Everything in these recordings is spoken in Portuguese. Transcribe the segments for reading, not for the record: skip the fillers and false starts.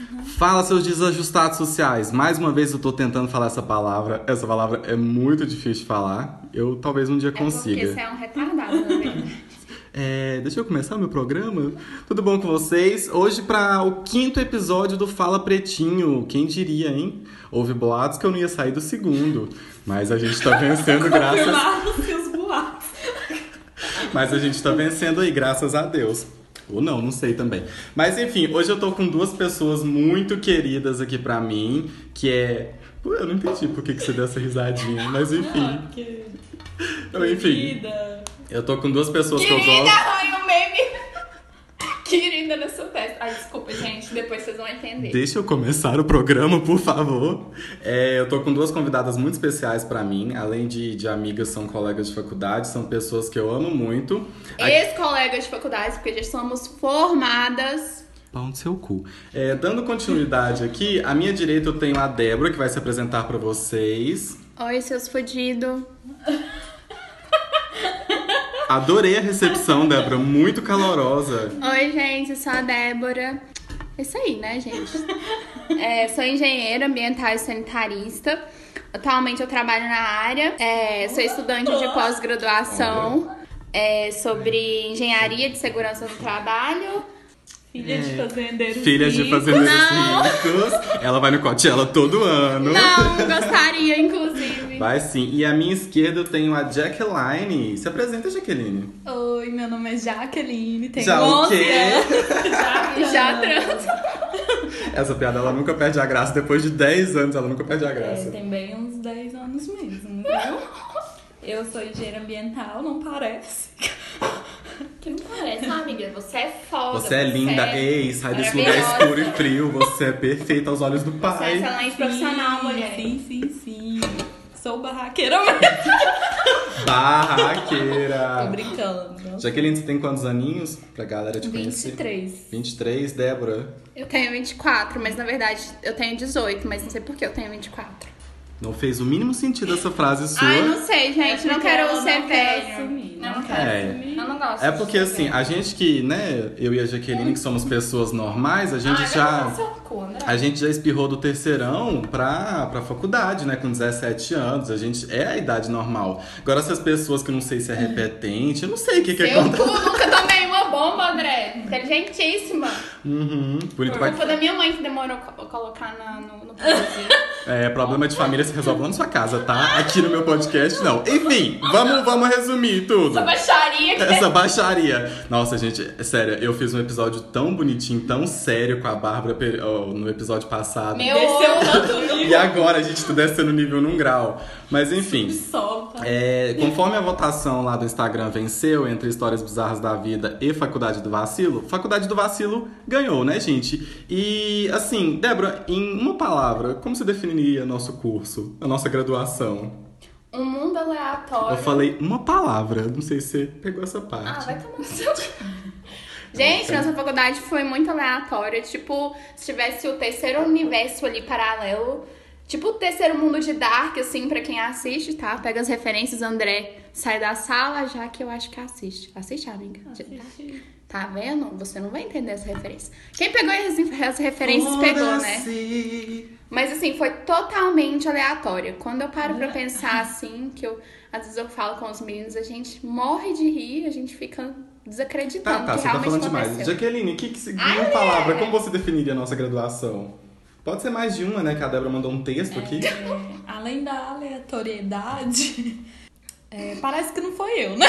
Fala, seus desajustados sociais. Mais uma vez eu tô tentando falar essa palavra. Essa palavra é muito difícil de falar. Eu talvez um dia consiga. É porque você é um retardado, na verdade. Deixa eu começar meu programa. Tudo bom com vocês? Hoje para o 5º episódio do Fala Pretinho. Quem diria, hein? Houve boatos que eu não ia sair do segundo. Mas a gente tá vencendo graças... Confirmaram-se os boatos. Mas a gente tá vencendo aí, graças a Deus. Ou não sei também. Mas enfim, hoje eu tô com duas pessoas muito queridas aqui pra mim. Que é... Eu não entendi por que você deu essa risadinha. Mas enfim. Enfim. Eu tô com duas pessoas que eu Querida, gosto. olha o meme. Querida nessa festa. Ai, desculpa, gente. Depois vocês vão entender. Deixa eu começar o programa, por favor. Eu tô com duas convidadas muito especiais pra mim. Além de amigas, são colegas de faculdade. São pessoas que eu amo muito. Ex-colegas de faculdade, porque já somos formadas. Pau no seu cu. Dando continuidade aqui, à minha direita eu tenho a Débora, que vai se apresentar pra vocês. Oi, seus fudidos. Adorei a recepção, Débora. Muito calorosa. Oi, gente, eu sou a Débora. É isso aí, né, gente? Sou engenheira ambiental e sanitarista. Atualmente eu trabalho na área. Sou estudante de pós-graduação sobre engenharia de segurança no trabalho. Filha de fazendeiros. Filha de fazendeiros ricos. Ela vai no Coachella todo ano. Não, gostaria, inclusive. Vai sim. E à minha esquerda eu tenho a Jaqueline. Se apresenta, Jaqueline. Oi, meu nome é Jaqueline. Tenho Já o 11 quê? anos. Já transo. Essa piada, ela nunca perde a graça. Depois de 10 anos, ela nunca perde a graça. Tem bem uns 10 anos mesmo, viu? Eu sou engenheira ambiental, não parece. Que não parece, amiga. Você é foda. Você é linda. Ei, sai desse lugar maravilhosa. escuro e frio. Você é perfeita aos olhos do Você é pai. excelente profissional, mulher. Sim. Sou barraqueira mesmo. Tô Barraqueira. brincando. Jaqueline, você tem quantos aninhos? Pra galera te conhecer. 23. 23, Débora. Eu tenho 24, mas na verdade eu tenho 18, mas não sei por que eu tenho 24. Não fez o mínimo sentido essa frase sua. Ai, não sei, gente. Não quero ser velho. Assumir, Não quero assumir. Eu não gosto. É porque de ser assim, velho. a gente que, né, eu e a Jaqueline, que somos pessoas normais, a gente a gente já espirrou do terceirão pra faculdade, né, com 17 anos. A gente é a idade normal. Agora essas pessoas que eu não sei se é repetente, eu não sei o que Eu acontece. nunca tomei uma bomba, André. Inteligentíssima. Bonito Por vai... culpa da minha mãe que demorou a colocar no produzinho. Problema de família se resolve lá na sua casa, tá? Aqui no meu podcast, não. Enfim, vamos resumir tudo. Essa baixaria que Essa baixaria. Nossa, gente, é sério, eu fiz um episódio tão bonitinho, tão sério com a Bárbara no episódio passado. Meu Desceu olho. tanto nível. E agora a gente tá descendo o nível num grau. Mas enfim. Solta. Conforme a votação lá do Instagram venceu entre Histórias Bizarras da Vida e Faculdade do Vacilo, Faculdade do Vacilo ganhou, né, gente? E assim, Débora, em uma palavra, como você definiria nosso curso, a nossa graduação? Um mundo aleatório. Eu falei uma palavra, não sei se você pegou essa parte. Vai tomar no seu... Gente, nossa faculdade foi muito aleatória. Tipo, se tivesse o terceiro universo ali paralelo. Tipo o terceiro mundo de Dark, assim, pra quem assiste, tá? Pega as referências, André sai da sala, já que eu acho que assiste. Assiste, amiga? Assisti. Tá vendo? Você não vai entender essa referência. Quem pegou as referências pegou, né? Mas assim, foi totalmente aleatória. Quando eu paro pra pensar assim, às vezes eu falo com os meninos, a gente morre de rir, a gente fica desacreditando Tá, que você tá realmente falando demais. aconteceu. Jaqueline, uma palavra, como você definiria a nossa graduação? Pode ser mais de uma, né? Que a Débora mandou um texto aqui. Além da aleatoriedade, parece que não foi eu, né?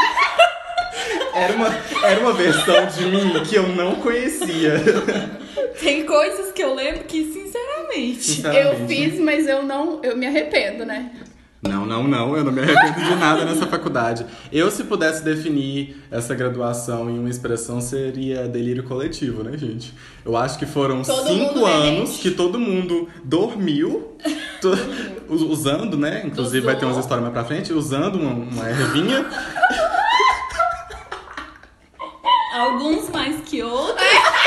Era uma versão de mim que eu não conhecia. Tem coisas que eu lembro que, sinceramente. Eu fiz, mas eu me arrependo, né? Não, eu não me arrependo de nada nessa faculdade. Se pudesse definir essa graduação em uma expressão, seria delírio coletivo, né, gente? Eu acho que foram Todo 5 mundo anos demente. que todo mundo dormiu, usando, né? Inclusive vai ter umas histórias mais pra frente, usando uma ervinha. Alguns mais que outros.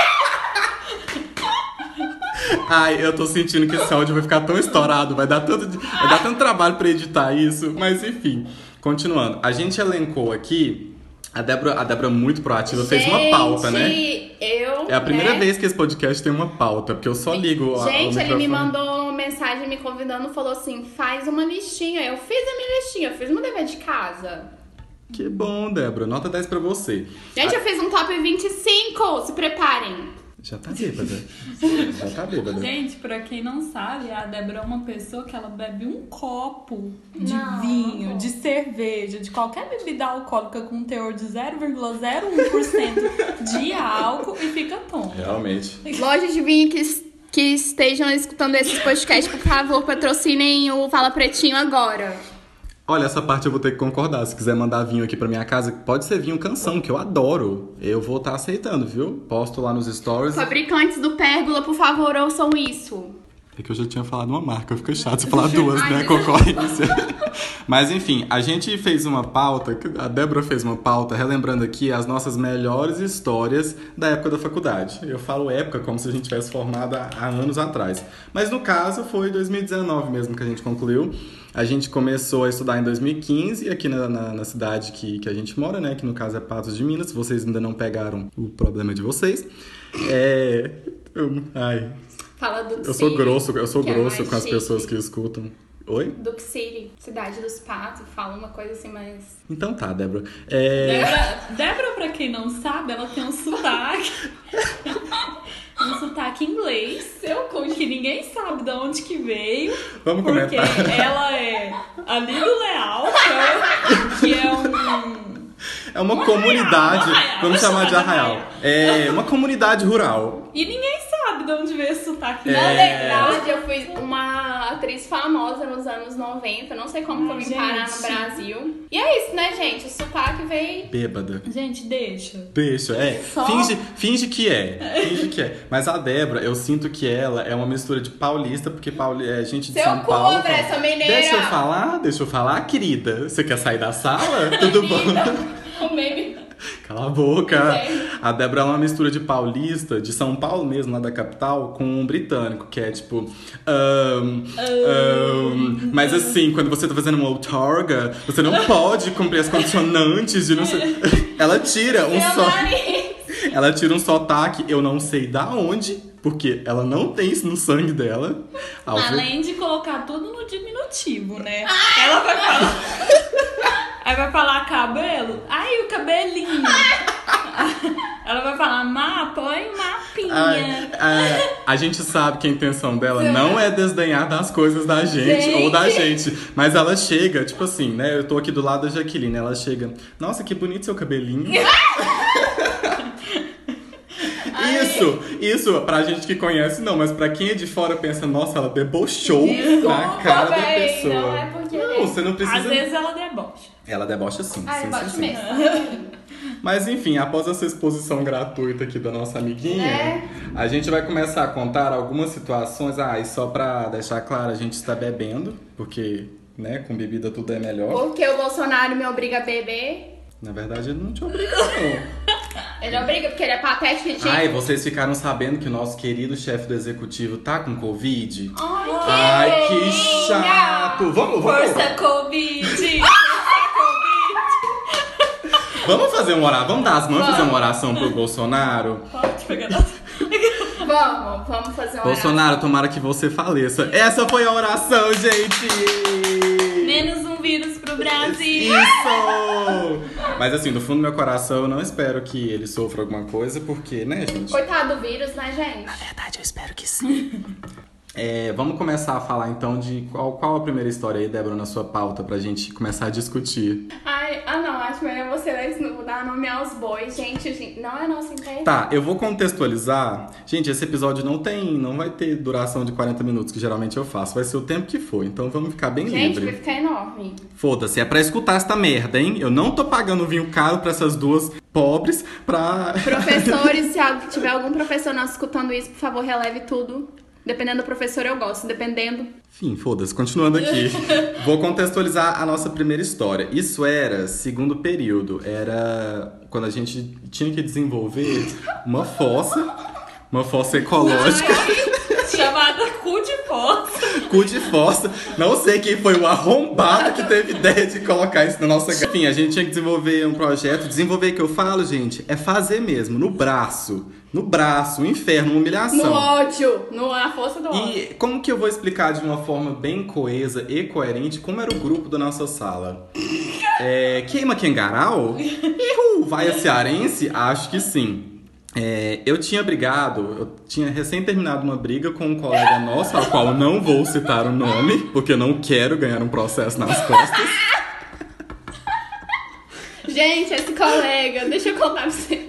Ai, eu tô sentindo que esse áudio vai ficar tão estourado, vai dar tanto trabalho pra editar isso. Mas enfim, continuando. A gente elencou aqui, a Débora muito proativa, fez uma pauta, né? Eu entendeu? É a primeira né? vez que esse podcast tem uma pauta, porque eu só ligo o Gente, ele me microfone. mandou uma mensagem me convidando, falou assim, faz uma listinha. Eu fiz a minha listinha, eu fiz meu dever de casa. Que bom, Débora. Nota 10 pra você. Gente, eu fiz um top 25, se preparem. Já tá bêbada. Já tá bêbada. Gente, pra quem não sabe, a Débora é uma pessoa que ela bebe um copo de Não. vinho, de cerveja, de qualquer bebida alcoólica com teor de 0,01% de álcool e fica tonta. Realmente. Lojas de vinho que estejam escutando esses podcasts, por favor, patrocinem o Fala Pretinho agora. Olha, essa parte eu vou ter que concordar. Se quiser mandar vinho aqui pra minha casa, pode ser vinho canção, que eu adoro. Eu vou estar aceitando, viu? Posto lá nos stories. Fabricantes do Pérgola, por favor, ouçam isso. É que eu já tinha falado uma marca, fica chato você falar duas, Ai, né? meu Concorrência. Mas enfim, a gente fez uma pauta, a Débora fez uma pauta, relembrando aqui as nossas melhores histórias da época da faculdade. Eu falo época como se a gente tivesse formado há anos atrás. Mas no caso foi 2019 mesmo que a gente concluiu. A gente começou a estudar em 2015 aqui na cidade que a gente mora, né? Que no caso é Patos de Minas. Se vocês ainda não pegaram, o problema é de vocês. Fala do Eu sou grosso que é grosso mais com as chique. pessoas que escutam. Oi? Duke City, cidade dos patos, fala uma coisa assim, mas... Então tá, Débora. Débora, pra quem não sabe, ela tem um sotaque. Um sotaque inglês, que ninguém sabe de onde que veio. Vamos porque comentar. ela é a Lido Leal, que é um... É uma comunidade, arraial, vamos chamar de arraial. arraial. É uma comunidade rural. E ninguém sabe de onde veio esse sotaque. Na É. verdade, eu fui uma atriz famosa nos anos 90, não sei como que eu vim parar no gente. Brasil. E é isso, né, gente? O sotaque veio... Bêbada. Gente, deixa. Deixa, Só- finge que é. Finge que é. Mas a Débora, eu sinto que ela é uma mistura de paulista, porque é gente de Seu São cu, Paulo. André, sua mineira! Deixa eu falar, querida. Você quer sair da sala? Tudo bom? O meme... Cala a boca. Sério? A Débora é uma mistura de paulista, de São Paulo mesmo, lá da capital, com um britânico, que é tipo... Mas assim, quando você tá fazendo uma outorga, você não pode cumprir as condicionantes de não sei... Ela tira um Meu nariz! Ela tira um sotaque, eu não sei da onde, porque ela não tem isso no sangue dela. Além de colocar tudo no diminutivo, né? Ela vai falar... Aí vai falar cabelo. Ai, o cabelinho. Ela vai falar põe mapinha. A gente sabe que a intenção dela não é desdenhar das coisas da gente ou da gente. Mas ela chega, tipo assim, né? Eu tô aqui do lado da Jaqueline. Ela chega, nossa, que bonito seu cabelinho. Isso, pra gente que conhece, não. Mas pra quem é de fora, pensa, nossa, ela debochou na cara da véi, pessoa. não é porque... Não, você não precisa... Às vezes ela debocha. Ela debocha sim, Ai, sim, bate sim. mesmo. Mas enfim, após essa exposição gratuita aqui da nossa amiguinha, Né? a gente vai começar a contar algumas situações. E só pra deixar claro, a gente está bebendo, porque, né, com bebida tudo é melhor. Porque o Bolsonaro me obriga a beber. Na verdade, ele não te obriga, não. Ele obriga porque ele é patético e ridículo. Ai, vocês ficaram sabendo que o nosso querido chefe do executivo tá com Covid? Ai, Que chato! Vamos Força Covid! vamos fazer uma oração? Vamos dar as mãos e fazer uma oração pro Bolsonaro? Pode pegar na... Vamos fazer uma Bolsonaro, tomara que você faleça. Essa foi a oração, gente! Menos um vírus pro Brasil! Isso! Mas assim, no fundo do meu coração, eu não espero que ele sofra alguma coisa, porque, né, gente? Coitado do vírus, né, gente? Na verdade, eu espero que sim. Vamos começar a falar então de qual a primeira história aí, Débora, na sua pauta, pra gente começar a discutir. Não, acho melhor você dar nome aos bois. Gente, não é nossa intenção. Tá, eu vou contextualizar. Gente, esse episódio não vai ter duração de 40 minutos, que geralmente eu faço. Vai ser o tempo que for, então vamos ficar bem Gente, livre. vai ficar enorme. Foda-se, é pra escutar essa merda, hein? Eu não tô pagando vinho caro pra essas duas pobres pra... Professores, se tiver algum professor nosso escutando isso, por favor, releve tudo. Dependendo do professor, eu gosto. Dependendo... Enfim, foda-se, continuando aqui. Vou contextualizar a nossa primeira história. Isso era segundo período. Era quando a gente tinha que desenvolver uma fossa ecológica. Chamada cu de fossa. Cu de fossa. Não sei quem foi o arrombado que teve ideia de colocar isso na nossa... Enfim, a gente tinha que desenvolver um projeto. Desenvolver que eu falo, gente, é fazer mesmo, no braço. no braço, um inferno, uma humilhação. No ódio, na força do ódio. E como que eu vou explicar de uma forma bem coesa e coerente como era o grupo da nossa sala? Queima Kengarau? Vai a cearense? Acho que sim. Eu tinha recém terminado uma briga com um colega nosso, ao qual não vou citar o nome, porque eu não quero ganhar um processo nas costas. Gente, esse colega, deixa eu contar pra você.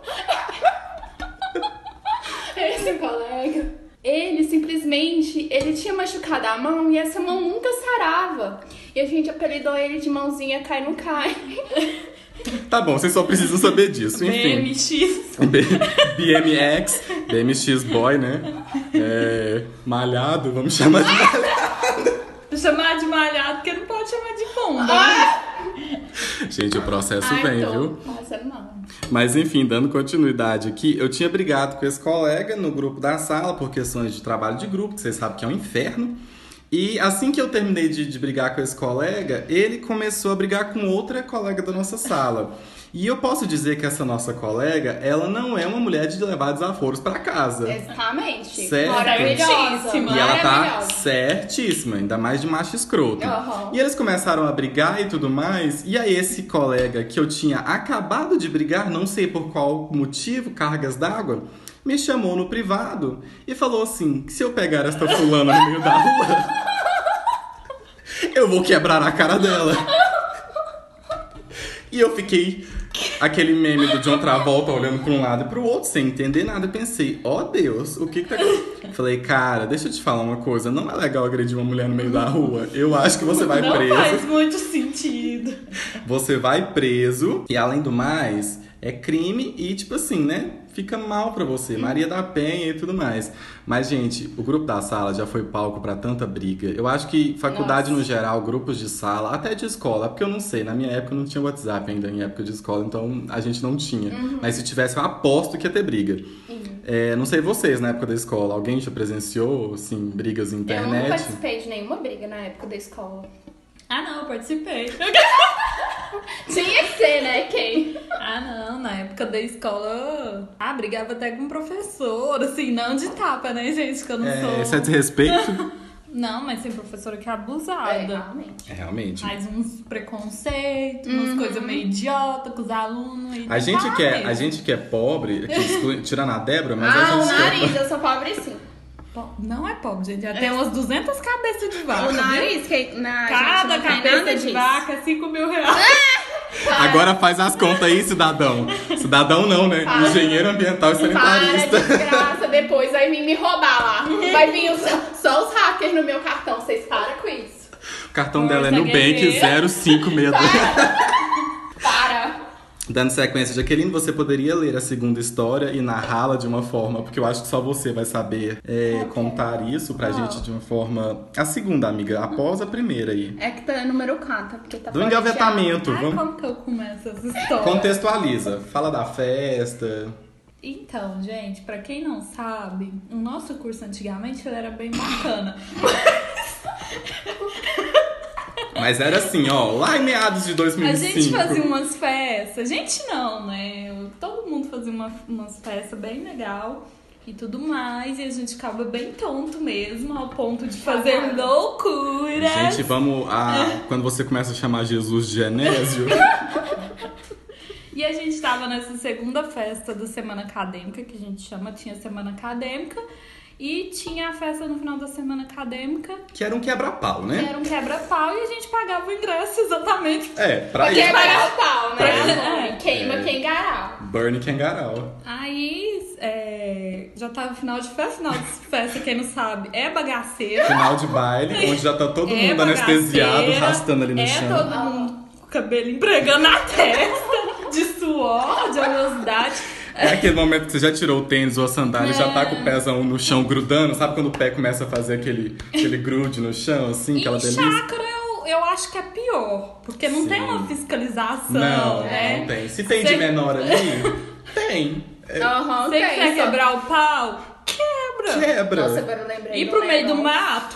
Esse colega, ele tinha machucado a mão e essa mão nunca sarava. E a gente apelidou ele de mãozinha cai no cai. Tá bom, vocês só precisam saber disso, enfim. BMX boy, né? Malhado, vamos chamar de malhado. Vou chamar de malhado porque não pode chamar de bomba, né? Gente, o processo vem, viu? Nossa, não. Mas enfim, dando continuidade aqui, eu tinha brigado com esse colega no grupo da sala por questões de trabalho de grupo, que vocês sabem que é um inferno. E assim que eu terminei de brigar com esse colega, ele começou a brigar com outra colega da nossa sala. E eu posso dizer que essa nossa colega, ela não é uma mulher de levar desaforos pra casa. Exatamente. Certo? Maravilhosa. E ela tá certíssima, ainda mais de macho escroto. Uhum. E eles começaram a brigar e tudo mais. E aí esse colega que eu tinha acabado de brigar, não sei por qual motivo, cargas d'água, me chamou no privado e falou assim, que se eu pegar esta fulana no meio da rua, eu vou quebrar a cara dela. E eu fiquei aquele meme do John Travolta olhando pra um lado e pro outro, sem entender nada. Eu pensei, ó Deus, o que tá acontecendo? Falei, cara, deixa eu te falar uma coisa. Não é legal agredir uma mulher no meio da rua. Eu acho que você vai preso. Não faz muito sentido. Você vai preso. E além do mais, é crime e tipo assim, né? Fica mal pra você, Maria da Penha e tudo mais. Mas, gente, o grupo da sala já foi palco pra tanta briga. Eu acho que faculdade no geral, grupos de sala, até de escola, porque eu não sei, na minha época não tinha WhatsApp ainda em época de escola, então a gente não tinha. Mas se tivesse, eu aposto que ia ter briga. Não sei vocês, na época da escola, alguém já presenciou, assim, brigas na internet? Eu não participei de nenhuma briga na época da escola. Ah, não, eu participei. Tinha que ser, né? Quem? Ah, não, na época da escola, brigava até com o professor, assim, não de tapa, né, gente, que eu não sou... Isso é desrespeito? Não, mas tem professora que é abusada. Realmente. Faz uns preconceitos, umas coisas meio idiota com os alunos. A gente que é pobre, que tirando a Débora, mas a o gente nariz, eu sou pobre sim. Não é pobre, gente. Já tem umas 200 cabeças de vaca. O nariz, cada cabeça de vaca é 5 mil reais. Agora faz as contas aí, cidadão. Cidadão não, né? Engenheiro ambiental e sanitarista. Para, desgraça. Depois vai vir me roubar lá. Vai vir só os hackers no meu cartão. Vocês param com isso. O cartão dela é Nubank 0562. Para. Dando sequência, Jaqueline, você poderia ler a segunda história e narrá-la de uma forma, porque eu acho que só você vai saber contar isso pra gente de uma forma... A segunda, amiga, após a primeira aí. É que tá número 4, porque tá do engavetamento. Ai, como que eu começo essa história? Contextualiza. Fala da festa. Então, gente, pra quem não sabe, o nosso curso antigamente ele era bem bacana. Mas era assim, ó, lá em meados de 2005. A gente fazia umas festas. A gente não, né? Todo mundo fazia umas festas bem legal e tudo mais. E a gente ficava bem tonto mesmo, ao ponto de fazer loucuras. Gente, quando você começa a chamar Jesus de Genésio... E a gente tava nessa segunda festa da semana acadêmica, que a gente chama, tinha semana acadêmica. E tinha a festa no final da semana acadêmica. Que era um quebra-pau, né? Que era um quebra-pau e a gente pagava o ingresso exatamente. Pra isso. Quebra-pau, né? Queima Kengarau. Burn Kengarau. Aí, já tava final de festa, quem não sabe, é bagaceira. Final de baile, onde já tá todo mundo anestesiado, arrastando ali no chão. Todo mundo com o cabelo empregando na testa, de suor, de oleosidade. É aquele momento que você já tirou o tênis ou a sandália e já tá com o pezão no chão grudando. Sabe quando o pé começa a fazer aquele grude no chão, assim, aquela delícia? Em chácara eu acho que é pior, porque não tem uma fiscalização, né? Não tem. Se tem de menor ali, tem. Você quer quebrar o pau? Quebra. Nossa, agora eu lembrei. Ir pro meio do mato?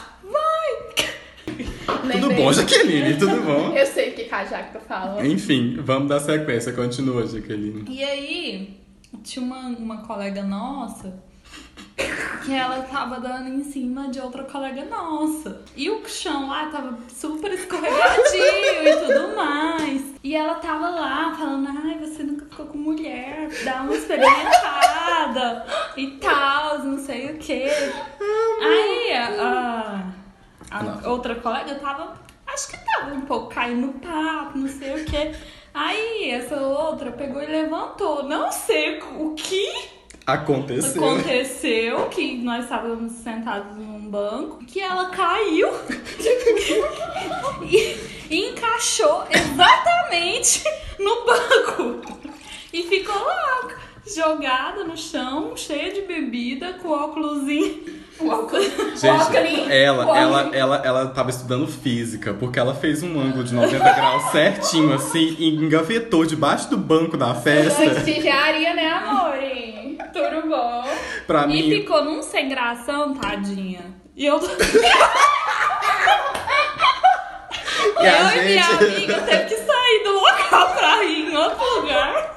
Vai! Tudo bom, Jaqueline? Tudo bom? Eu sei o que a Jaque tá falando. Enfim, vamos dar sequência. Continua, Jaqueline. E aí, tinha uma colega nossa que ela tava dando em cima de outra colega nossa. E o chão lá tava super escorregadio e tudo mais. E ela tava lá falando, ai, você nunca ficou com mulher, dá uma experimentada e tal, não sei o quê. Aí a outra colega tava, acho que tava um pouco caindo no papo, não sei o quê. Aí essa outra pegou e levantou, não sei o que aconteceu, que nós estávamos sentados num banco, que ela caiu e encaixou exatamente no banco. E ficou lá, jogada no chão, cheia de bebida, com o óculosinho. Gente, ela tava estudando física, porque ela fez um ângulo de 90 graus certinho, assim, e engavetou debaixo do banco da festa. Engenharia, né, amor? Tudo bom? Pra mim... E ficou num sem gração, tadinha. E eu... E a eu e minha amiga teve que sair do local pra ir em outro lugar.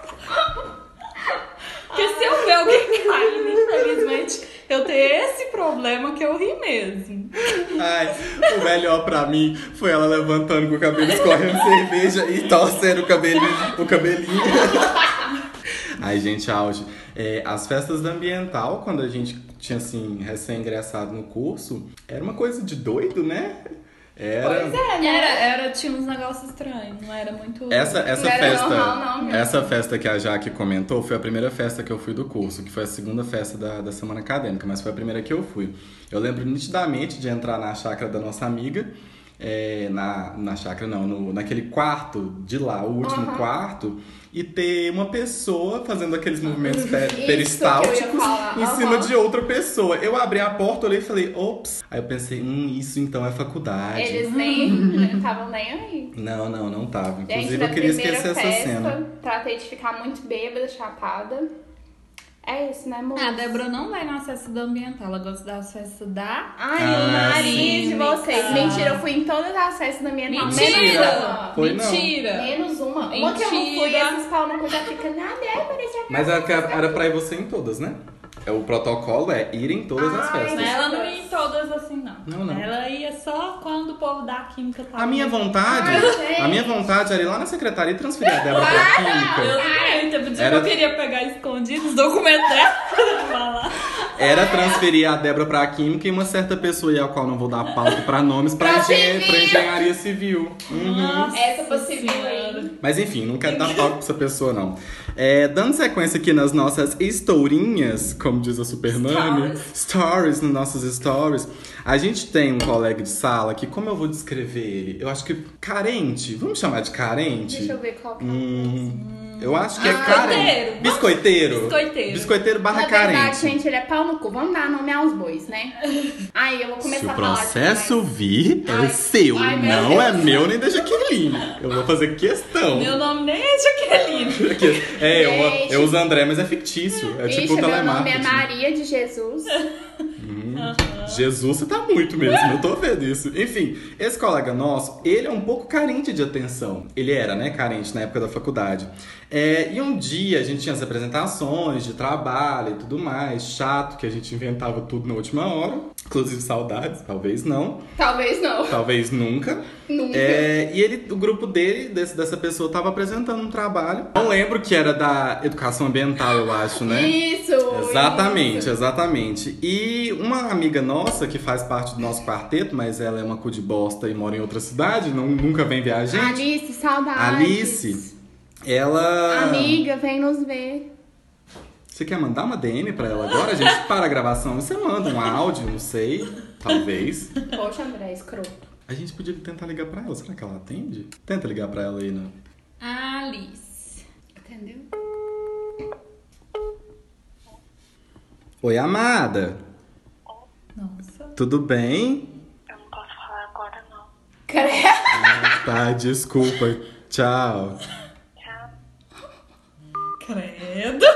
Porque se eu ver alguém caindo, infelizmente, eu tenho esse problema que eu ri mesmo. Ai, o melhor pra mim foi ela levantando com o cabelo escorrendo cerveja e torcendo o cabelinho. Ai, gente, auge. As festas da Ambiental, quando a gente tinha, assim, recém-ingressado no curso, era uma coisa de doido, né? Pois é, né? Tinha uns negócios estranhos, não era muito... Essa Não festa, era normal, não, essa festa que a Jaque comentou foi a primeira festa que eu fui do curso, que foi a segunda festa da semana acadêmica, mas foi a primeira que eu fui. Eu lembro nitidamente de entrar na chácara da nossa amiga, na chácara não, naquele quarto de lá, o último quarto, e ter uma pessoa fazendo aqueles movimentos peristálticos em cima de outra pessoa. Eu abri a porta, olhei e falei, ops. Aí eu pensei, isso então é faculdade. Eles nem estavam nem aí. Não tava. Gente, Inclusive eu queria esquecer essa cena. Tratei de ficar muito bêbada, chapada. É isso, né, amor? A Débora não vai na festa da Ambiental, ela gosta da festa da... Ai, o nariz de vocês. Mentira, eu fui em todas as festas da Ambiental. Mentira! Foi Mentira! Menos uma. Uma que eu não fui e esses pau no cu já fica na Débora. Mas era pra ir você em todas, né? O protocolo é ir em todas as festas. Mas ela não ia em todas assim, não. Não. Ela ia só quando o povo da Química tava... A minha vontade era ir lá na secretaria e transferir a Débora pra Química. Eu queria pegar escondido os documentos dela pra falar. Era transferir a Débora pra Química e uma certa pessoa, e a qual não vou dar palco pra nomes, pra engenharia civil. Nossa, essa possível aí. Mas enfim, não quero dar palco pra essa pessoa, não. Dando sequência aqui nas nossas historinhas, como diz a Super Nani, stories, nos nossos stories. A gente tem um colega de sala que, como eu vou descrever ele? Eu acho que carente. Vamos chamar de carente? Deixa eu ver qual que é. Eu acho que é carente. Biscoiteiro. Biscoiteiro barra Na verdade, carente. gente, ele é pau no cu. Vamos dar nome aos bois, né? Aí eu vou começar Se o a falar. processo vir, é seu. Ai, meu não Deus. é meu nem da Jaqueline. Eu vou fazer questão. Meu nome nem é Jaqueline. Eu uso André, mas é fictício. É tipo o meu nome é telemarketing. Maria de Jesus. Jesus, você tá muito mesmo, eu tô vendo isso. Enfim, esse colega nosso, ele é um pouco carente de atenção. Ele era, né, carente na época da faculdade. E um dia a gente tinha as apresentações de trabalho e tudo mais. Chato, que a gente inventava tudo na última hora. Inclusive saudades, talvez não. Talvez não. Talvez nunca. Nunca. E o grupo dele, dessa pessoa, tava apresentando um trabalho. Não lembro que era da educação ambiental, eu acho, né? Isso! Exatamente. E uma amiga nossa, que faz parte do nosso quarteto, mas ela é uma cu de bosta e mora em outra cidade, nunca vem ver a gente. Alice, saudades. Alice, ela... Amiga, vem nos ver. Você quer mandar uma DM pra ela agora, gente? Para a gravação, você manda um áudio, não sei, talvez. Poxa, André, escroto. A gente podia tentar ligar pra ela, será que ela atende? Tenta ligar pra ela aí, né? Alice. Entendeu? Oi, amada. Nossa. Tudo bem? Eu não posso falar agora, não. Tá, desculpa. Tchau. Tchau. Credo.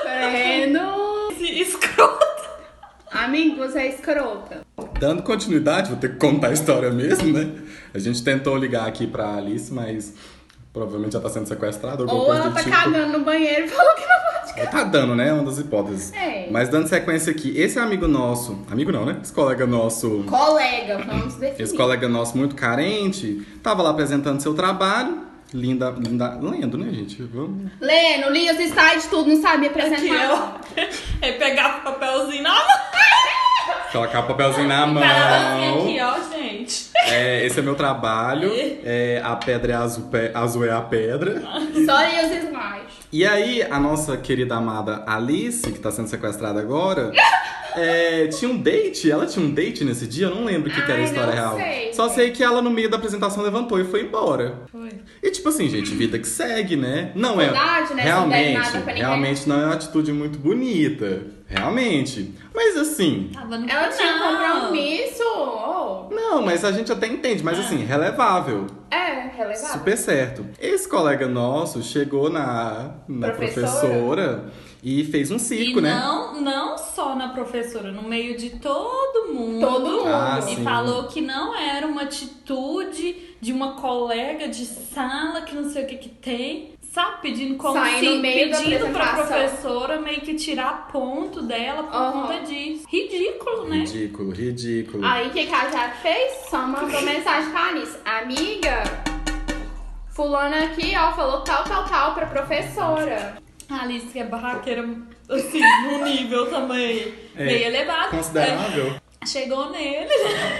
Escrota. Amigo, você é escrota. Dando continuidade, vou ter que contar a história mesmo, né? A gente tentou ligar aqui pra Alice, mas provavelmente já tá sendo sequestrada. Ou ela tá cagando no banheiro e falou que não pode Tá dando, né? Uma das hipóteses. É. Mas dando sequência aqui, esse amigo nosso... Amigo não, né? Esse colega nosso... Colega, vamos definir. Esse colega nosso muito carente, tava lá apresentando seu trabalho. Lendo, né, gente? Vamos... Lendo, li os slides, tudo, não sabia Aqui, apresentar. ó. Ele pegava o papelzinho na mão. Colocar o papelzinho na mão. Aqui, ó, gente. Esse é meu trabalho. A pedra é azul, azul é a pedra. Só li os slides. E aí, a nossa querida amada Alice, que tá sendo sequestrada agora, tinha um date. Ela tinha um date nesse dia, eu não lembro o que era a história não real. sei, Só sei que ela, no meio da apresentação, levantou e foi embora. Foi. E tipo assim, gente, vida que segue, né? Não Verdade, né? Não deve nada pra ninguém. realmente não é uma atitude muito bonita. Realmente. Mas assim... Tava no Ela tinha final. compromisso. Oh. Não, mas a gente até entende. Mas assim, relevável. É, relevado. Super certo. Esse colega nosso chegou na professora e fez um circo, E né? não só na professora, no meio de todo mundo. Todo mundo. Ah, E sim. falou que não era uma atitude de uma colega de sala que não sei o que tem. Sabe, pedindo como Sai se no meio da pedindo pra apresentação. professora meio que tirar ponto dela por Aham. conta disso. Ridículo, né? Ridículo. Aí o que a Jaque fez? Só mandou mensagem pra Alice. Amiga, fulana aqui, ó, falou tal pra professora. A Alice que é barraqueira, assim, num nível também meio elevado. Considerável. Chegou nele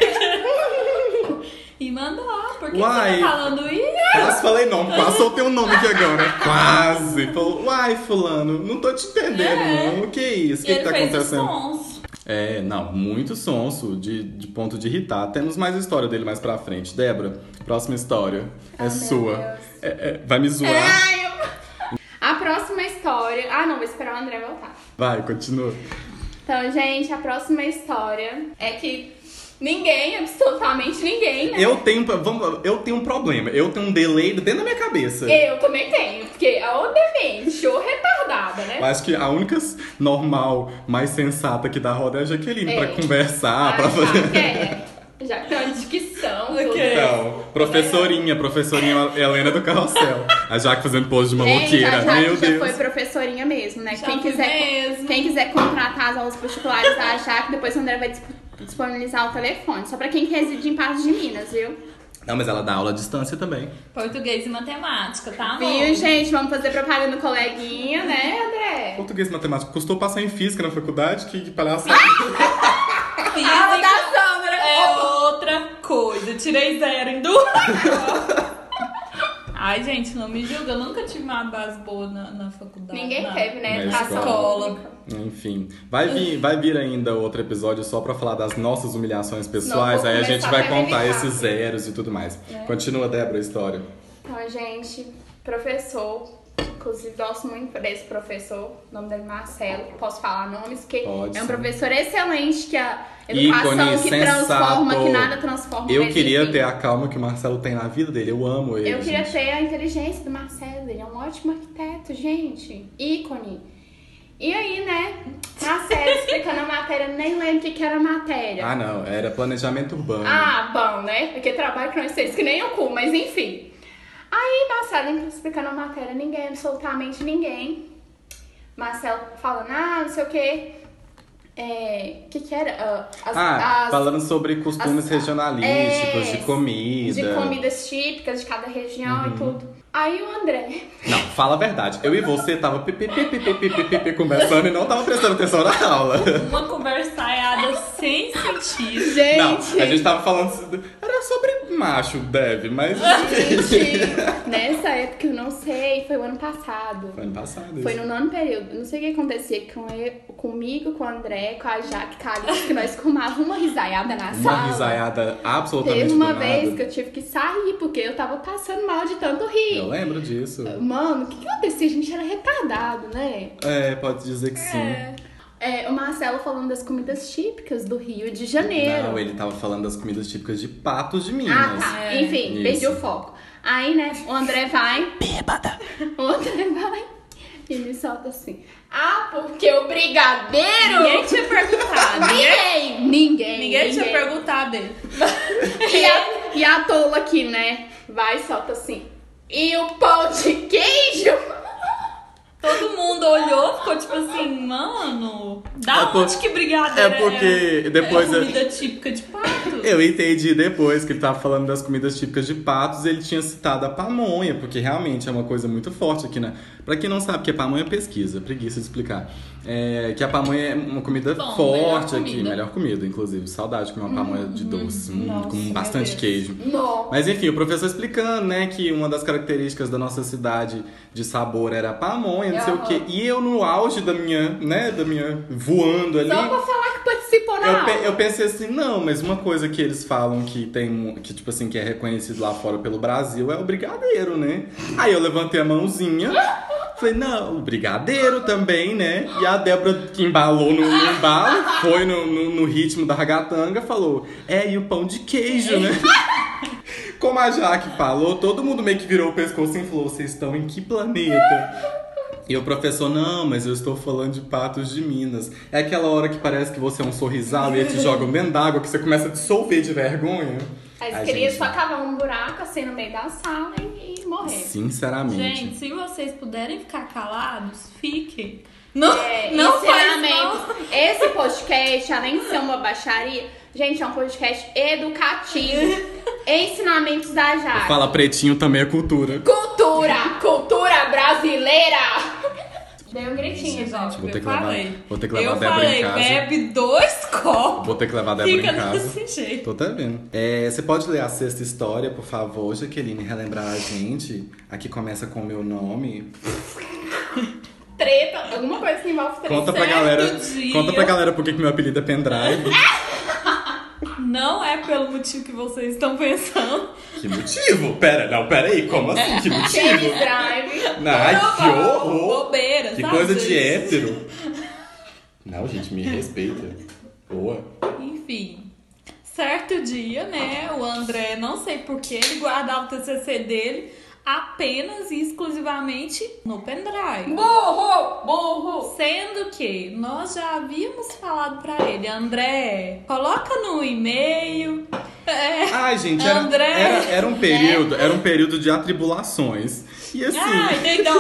e mandou. Por que Uai. você tá falando isso? Quase falei nome, quase soltei um nome aqui agora. Quase. Falou, uai, fulano, não tô te entendendo, não. O que é isso? O que Ele tá fez acontecendo? sonso. Não, muito sonso, de ponto de irritar. Temos mais história dele mais pra frente. Débora, próxima história é meu sua. Deus. Vai me zoar. A próxima história... Ah, não, vou esperar o André voltar. Vai, continua. Então, gente, a próxima história é que ninguém, absolutamente ninguém, né? Eu tenho um problema. Eu tenho um delay dentro da minha cabeça. Eu também tenho, porque é ou demente ou retardada, né? Eu acho que a única normal, mais sensata aqui da roda é a Jaqueline pra conversar, pra fazer. Já que tem uma dicção, Ok. tudo. Então, professorinha Helena do Carrossel. A Jaque fazendo pose de Gente, maloqueira. a Jaque Meu já Deus. foi professorinha mesmo, né? Já Quem fui quiser, mesmo. quem quiser contratar as aulas particulares da Jaque, depois o André vai disponibilizar o telefone. Só pra quem reside em Patos de Minas, viu? Não, mas ela dá aula à distância também. Português e matemática, tá, amor? Viu, gente? Vamos fazer propaganda no coleguinha, né, André? Português e matemática. Custou passar em física na faculdade? Que palhaçada. Aula da Sandra! É outra coisa. Tirei 0 em 2. Ai, gente, não me julga. Eu nunca tive uma base boa na faculdade. Ninguém na- teve, né? Na Educação escola. pública. Enfim, vai vir ainda outro episódio só pra falar das nossas humilhações pessoais. vou Aí a gente começar vai a contar evitar. esses zeros e tudo mais. Continua, Débora, a história. Então, gente, professor, inclusive gosto muito desse professor, o nome dele é Marcelo, posso falar nomes, que Pode, é um sim. professor excelente, que a educação Ícone, que sensato. transforma, que nada transforma. Eu mas queria enfim. ter a calma que o Marcelo tem na vida dele. Eu amo ele. Eu queria gente. ter a inteligência do Marcelo, ele é um ótimo arquiteto, gente. Ícone. E aí, né, Marcelo explicando a matéria, nem lembro o que era a matéria. Ah, não. Era planejamento urbano. Ah, bom, né? Porque trabalho que não sei que nem eu cu, mas enfim. Aí, Marcelo explicando a matéria, ninguém, absolutamente ninguém. Marcelo falando, não sei o quê. O que era? Falando sobre costumes regionalísticos, de comida. De comidas típicas de cada região Uhum. e tudo. Aí o André... Não, fala a verdade. Eu e você tava conversando e não tava prestando atenção na aula. Uma conversaiada sem sentido. Gente... Não, a gente tava falando... Era sobre macho, deve, mas... Gente, nessa época eu não sei, foi o ano passado. Foi ano passado. Foi isso. no nono período. Não sei o que acontecia comigo, com o André, com a Jaque, com a Alice, que nós fumávamos uma risaiada na Uma sala. risaiada absolutamente Teve uma do nada. vez que eu tive que sair, porque eu tava passando mal de tanto rir. Eu lembro disso. Mano, o que acontecia? A gente era retardado, né? Pode dizer que sim. O Marcelo falando das comidas típicas do Rio de Janeiro. Não, ele tava falando das comidas típicas de Patos de Ah, Minas. tá. Enfim, Isso. perdi o foco. Aí, né, o André vai... Bêbada! O André vai e me solta assim. Ah, porque o brigadeiro... Ninguém tinha perguntado. Ninguém Ninguém tinha perguntado dele. E a tola aqui, né, vai e solta assim. E o pão de queijo... Todo mundo olhou, ficou tipo assim, mano, da É onde que brigadeiro porque depois é comida típica de pato? Eu entendi depois que ele tava falando das comidas típicas de Patos, ele tinha citado a pamonha, porque realmente é uma coisa muito forte aqui, né? Pra quem não sabe o que é pamonha, pesquisa, preguiça de explicar. Que a pamonha é uma comida forte aqui, melhor comida, inclusive. Saudade de comer uma pamonha de doce, nossa, com bastante queijo. Não. Mas enfim, o professor explicando, né, que uma das características da nossa cidade de sabor era a pamonha, não sei o quê. E eu no auge da minha voando ali. Só pra falar que participou na aula. Eu pensei assim, não, mas uma coisa que eles falam que tipo assim, que é reconhecido lá fora pelo Brasil é o brigadeiro, né? Aí eu levantei a mãozinha, falei, não, o brigadeiro também, né? E a Débora, que embalou no embalo, foi no ritmo da ragatanga, falou, e o pão de queijo, né? Como a Jaque falou, todo mundo meio que virou o pescoço e falou, vocês estão em que planeta? E o professor, não, mas eu estou falando de Patos de Minas. É aquela hora que parece que você é um sorrisal e eles te jogam dentro d'água, que você começa a dissolver de vergonha. As crianças só cavam um buraco assim no meio da sala e morrer. Sinceramente. Gente, se vocês puderem ficar calados, fiquem. Não faz ensinamentos. mal. Esse podcast, além de ser uma baixaria, gente, é um podcast educativo. Ensinamentos da Jaque. Fala pretinho também é cultura. Cultura brasileira. Dei um gritinho, gente. Vou ter que levar a Débora falei, em casa. bebe 2 copos. Vou ter que levar a Débora Fica em casa. desse jeito. Tô até vendo. Você pode ler a sexta história, por favor, Jaqueline, relembrar a gente? Aqui começa com o meu nome. Treta, alguma coisa que envolve treta. Conta pra galera por que meu apelido é Pendrive. Não é pelo motivo que vocês estão pensando. Que motivo? Pera aí, como assim? Que motivo? Drive. Ai, que horror! Bobeira, Que sabe, coisa gente? de hétero. Não, gente, me respeita. Boa. Enfim, certo dia, né, o André, não sei porquê, ele guardava o TCC dele apenas e exclusivamente no pendrive. Burro! Sendo que nós já havíamos falado pra ele, André, coloca no e-mail. Ai, gente, André. era um período de atribulações. E assim. Entendeu?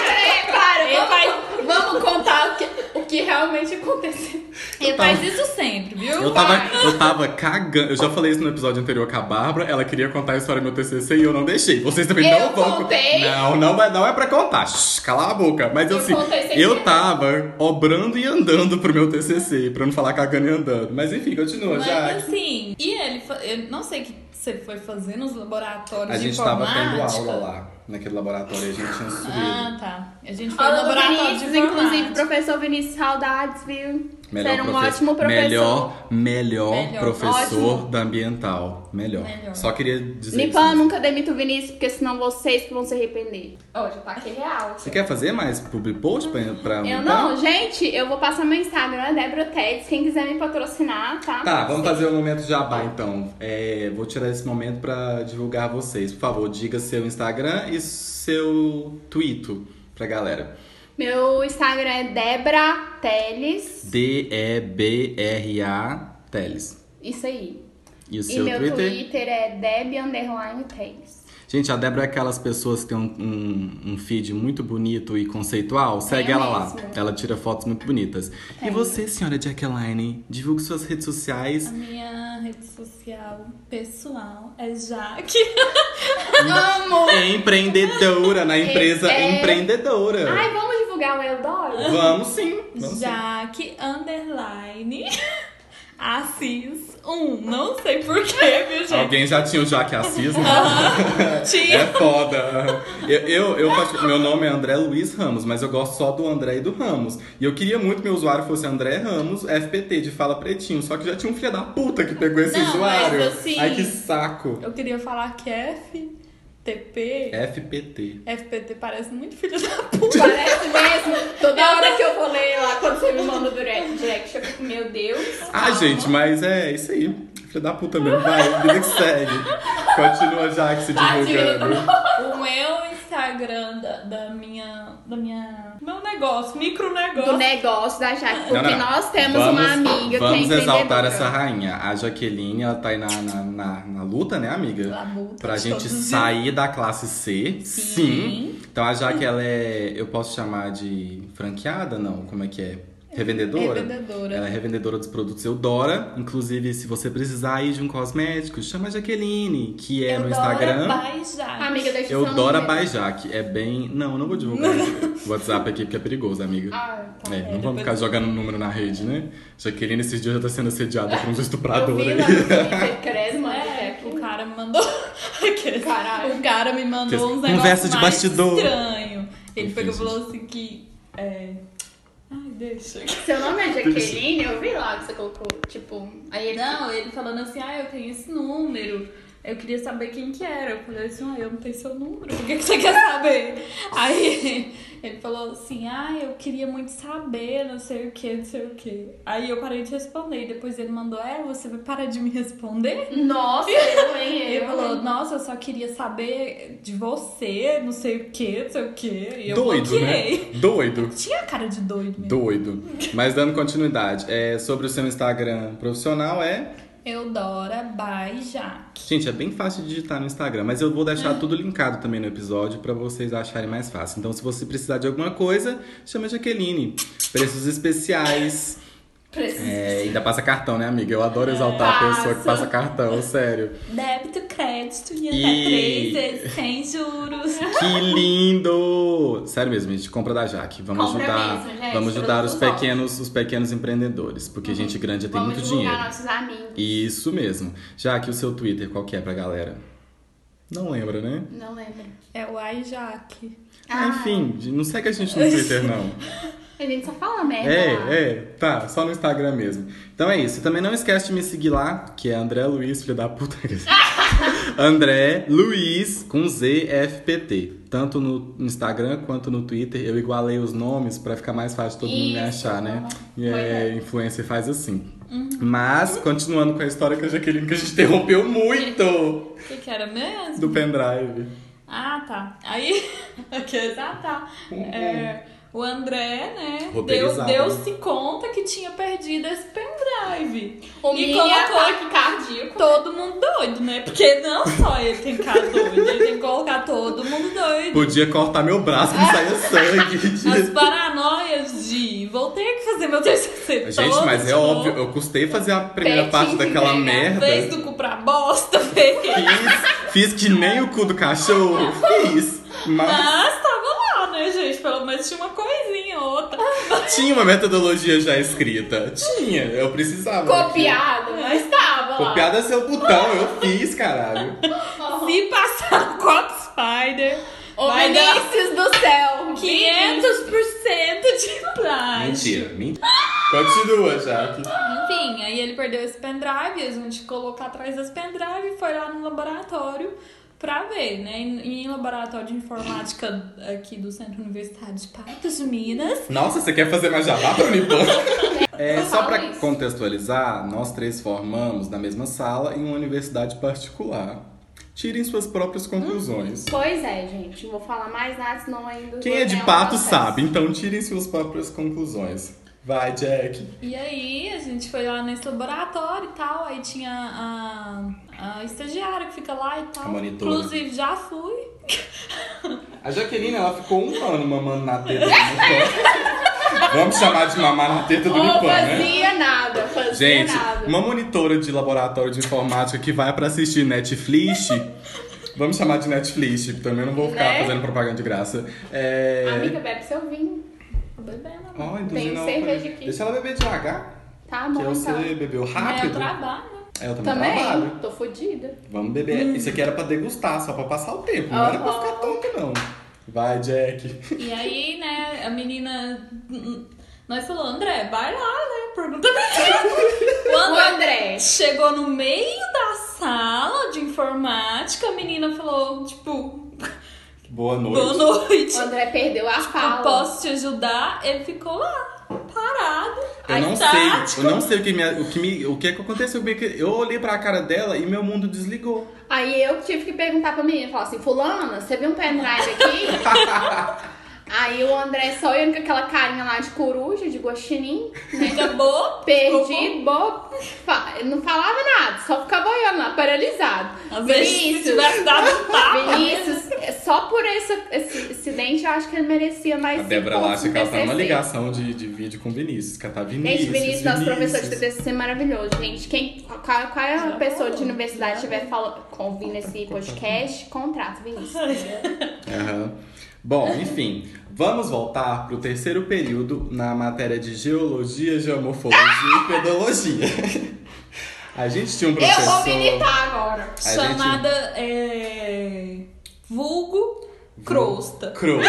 Vamos contar o que realmente aconteceu. Ele faz isso sempre, viu? Eu tava cagando. Eu já falei isso no episódio anterior com a Bárbara. Ela queria contar a história do meu TCC e eu não deixei. Vocês também não vão. Contei. Não é pra contar. Cala a boca. Mas assim, eu tava obrando e andando pro meu TCC, pra não falar cagando e andando. Mas enfim, continua, Mas já. assim, e eu não sei o que você foi fazer nos laboratórios A de gente tava informática. tendo aula lá, naquele laboratório, a gente tinha subido. Ah, tá. A gente foi no Fala do laboratório de Vinícius, informática. inclusive, professor Vinícius, saudades, viu? Você era um profe- ótimo professor. Melhor professor Ótimo. da ambiental. Melhor. Só queria dizer Nipan, isso. nunca demita o Vinícius, porque senão vocês que vão se arrepender. Ó, já tá aqui real. Você quer fazer mais public post pra Eu não, gente, eu vou passar meu Instagram, é Débora Tedes, quem quiser me patrocinar, tá? Tá, vamos fazer o momento jabá então. Vou tirar esse momento pra divulgar vocês. Por favor, diga seu Instagram e seu Twitter pra galera. Meu Instagram é Debra Teles. Debra Teles. Isso aí. E o E seu meu Twitter? Twitter é Deb_Teles. Gente, a Débora é aquelas pessoas que tem um feed muito bonito e conceitual. Segue ela lá. mesmo. Ela tira fotos muito bonitas. E você, senhora Jacqueline, divulgue suas redes sociais. A minha rede social pessoal é Jaque. Amo! Empreendedora, na empresa empreendedora. Ai, vamos divulgar o Eudoro? Vamos sim. Jaque _ Assis 1. Não sei porquê, viu, gente? Alguém já tinha o Jaque Assis, né? Tinha. É foda. Meu nome é André Luiz Ramos, mas eu gosto só do André e do Ramos. E eu queria muito que meu usuário fosse André Ramos, FPT, de Fala Pretinho. Só que já tinha um filho da puta que pegou esse Não, usuário. mas assim- Ai, que saco. Eu queria falar que FTP. FPT. FPT parece muito filho da puta. Parece mesmo. Toda hora que eu vou ler lá, quando você me manda o direct, eu fico, meu Deus. Ah, gente, mas é isso aí. Filho da puta mesmo. Vai, vida que segue. Continua já que se divulgando. O meu Instagram da minha Meu negócio, micronegócio. Do negócio da Jaque. Porque Não. nós temos uma amiga que é Vamos exaltar empreendedora. essa rainha. A Jaqueline, ela tá aí na luta, né, amiga? Labuta Pra de gente todos os sair da classe C. Sim. Então a Jaque, ela é... Eu posso chamar de franqueada? Não, como é que é? Revendedora? Revendedora. Ela é revendedora dos produtos Eudora. Inclusive, se você precisar aí de um cosmético, chama a Jaqueline, que é no Instagram. Amiga, deixa eu Eudora by Jaque. É bem... Não vou divulgar o WhatsApp aqui, porque é perigoso, amiga. Ah, tá. Não vamos ficar jogando número na rede, né? Jaqueline, esses dias já tá sendo assediada por uns Eu estupradores vi aí. lá no Twitter, credo, mano. O cara me mandou. Caralho. O cara me mandou uns Conversa negócios de mais bastidor. estranho. Ele Enfim, pegou e gente. falou assim que. Ai, deixa. Seu nome é Jaqueline? Eu vi lá que você colocou, tipo... Aí ele... Não, ele falando assim, eu tenho esse número. Eu queria saber quem que era. Eu falei assim, eu não tenho seu número, por que você quer saber? Aí ele falou assim, eu queria muito saber, não sei o que, não sei o que. Aí eu parei de responder, e depois ele mandou, você vai parar de me responder? Nossa, hein? Ele falou, nossa, eu só queria saber de você, não sei o que, não sei o que. E eu Doido, bloqueei. né? Doido. Tinha a cara de doido mesmo. Doido. Mas dando continuidade, sobre o seu Instagram profissional Eudora by Jaque. Gente, é bem fácil de digitar no Instagram, mas eu vou deixar tudo linkado também no episódio pra vocês acharem mais fácil. Então, se você precisar de alguma coisa, chama a Jaqueline. Preços especiais. Ainda passa cartão, né, amiga? Eu adoro exaltar a pessoa que passa cartão, sério. Débito, crédito e E- até 3 vezes sem juros. Que lindo! Sério mesmo, gente, compra da Jaque. Vamos Compra ajudar, mesmo, gente, vamos ajudar produtos os pequenos empreendedores, porque gente grande tem Vamos muito divulgar dinheiro. nossos amigos. Isso mesmo. Jaque, o seu Twitter, qual que é pra galera? Não lembra, né? Não lembro. É o iJaque. Enfim, não segue a gente no Twitter, não. A gente só fala merda. Tá, só no Instagram mesmo. Então é isso. Também não esquece de me seguir lá, que é André Luiz, filho da puta. André Luiz com ZFPT. Tanto no Instagram quanto no Twitter. Eu igualei os nomes pra ficar mais fácil todo mundo me achar, né? E influencer faz assim. Mas, continuando com a história que a Jaqueline, que a gente interrompeu muito O que era mesmo? do pendrive. Ah, tá. Aí. O André, né? Roteirizado, Deu-se conta que tinha perdido esse pendrive. O E mini colocou ataque cardíaco. todo mundo doido, né? Porque não só ele tem que ficar doido, ele tem que colocar todo mundo doido. Podia cortar meu braço que saia sangue. As paranoias de vou ter que fazer meu TCC Gente, todo mas de é novo. óbvio, eu custei fazer a primeira Pertinho parte de daquela entregar, merda. Fez do cu pra bosta, fez. Fiz que nem o cu do cachorro. Fiz. Mas Mas tava lá, né, gente? Pelo menos tinha uma coisinha ou outra. tinha uma metodologia já escrita. Tinha, eu precisava. Copiado, mas tava lá. Copiado é seu botão, eu fiz, caralho. Se passar no Cop Spider, Ô, vai dar Vinícius do céu. 500% de plástico. Mentira. Continua, Jaque. Enfim, aí ele perdeu esse pendrive, a gente colocou atrás desse pendrive e foi lá no laboratório pra ver, né? Em laboratório de informática aqui do Centro Universitário de Patos de Minas. Nossa, você quer fazer mais jabá pra Unipan? Eu Só falo pra isso. contextualizar, nós três formamos na mesma sala em uma universidade particular. Tirem suas próprias conclusões. Pois é, gente. Não vou falar mais nada, senão ainda... Quem vou é de ganhar um pato processo. sabe, então tirem suas próprias conclusões. Vai, Jack. E aí, a gente foi lá nesse laboratório e tal, aí tinha a estagiária que fica lá e tal. A monitora. Inclusive, já fui. A Jaqueline, ela ficou um ano mamando na teta do Unipan. Vamos chamar de mamar na teta do Ou Unipan, né? fazia nada, fazia Gente, nada. uma monitora de laboratório de informática que vai pra assistir Netflix... Vamos chamar de Netflix, também não vou ficar Né? fazendo propaganda de graça. Amiga, bebe seu vinho. Tô bebendo. Ó, Tem induzindo ela cerveja pra- aqui. Deixa ela beber devagar. Tá Que bom, você então. bebeu É o rápido. trabalho, né? Eu também trabalho. Também, tô fodida. Vamos beber. Isso aqui era pra degustar, só pra passar o tempo. Não era pra Aham. ficar tonto, não. Vai, Jack. E aí, né, a menina... Nós falou, André, vai lá, né? Pergunta pra ele. O André. Chegou no meio da sala de informática, a menina falou, tipo, Boa noite. boa noite. O André perdeu a Eu fala. posso te ajudar? Ele ficou lá, parado. Eu não sei o que aconteceu comigo. Eu olhei pra cara dela e meu mundo desligou. Aí eu tive que perguntar pra menina, falar assim, fulana, você viu um pendrive aqui? Aí o André só olhando com aquela carinha lá de coruja, de guaxinim, né? Acabou. Perdido, bobo. Não falava nada, só ficava olhando lá, paralisado. Às vezes, se tivesse dado um tapa. Vinícius, só por esse acidente, eu acho que ele merecia mais A Débora pontos acha no que ela tá numa TCC. ligação de vídeo com o Vinícius, que ela tá Vinícius. Gente, Vinícius, nosso professor de TCC é maravilhoso, gente. Qual é a pessoa de universidade que estiver ouvindo esse podcast, contrata Vinícius. Aham. Bom, enfim, vamos voltar pro terceiro período na matéria de Geologia, Geomorfologia e Pedologia. A gente tinha um professor... Eu vou militar agora. Chamada vulgo crosta. Crosta.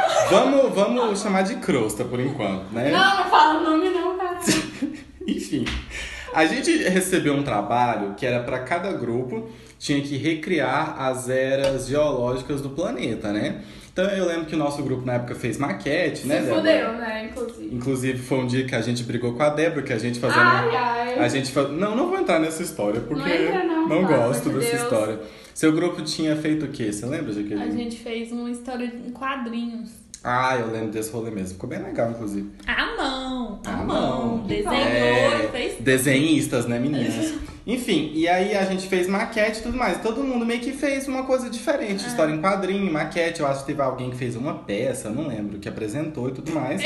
Vamos chamar de crosta por enquanto, né? Não fala o nome não, cara. Enfim, a gente recebeu um trabalho que era para cada grupo, tinha que recriar as eras geológicas do planeta, né? Então eu lembro que o nosso grupo na época fez maquete, né, Débora? Fudeu, né, inclusive. Inclusive foi um dia que a gente brigou com a Débora, que a gente fazendo... Ai. A gente não vou entrar nessa história, porque Não entra, não, não pelo gosto amor de dessa Deus. história. Seu grupo tinha feito o quê? Você lembra, Jaqueline? A gente fez uma história em quadrinhos. Ah, eu lembro desse rolê mesmo. Ficou bem legal, inclusive. À mão. Desenhou Desenhou e fez. Desenhistas, né, meninas? Enfim, e aí a gente fez maquete e tudo mais. Todo mundo meio que fez uma coisa diferente. História em quadrinho, maquete. Eu acho que teve alguém que fez uma peça, não lembro, que apresentou e tudo mais.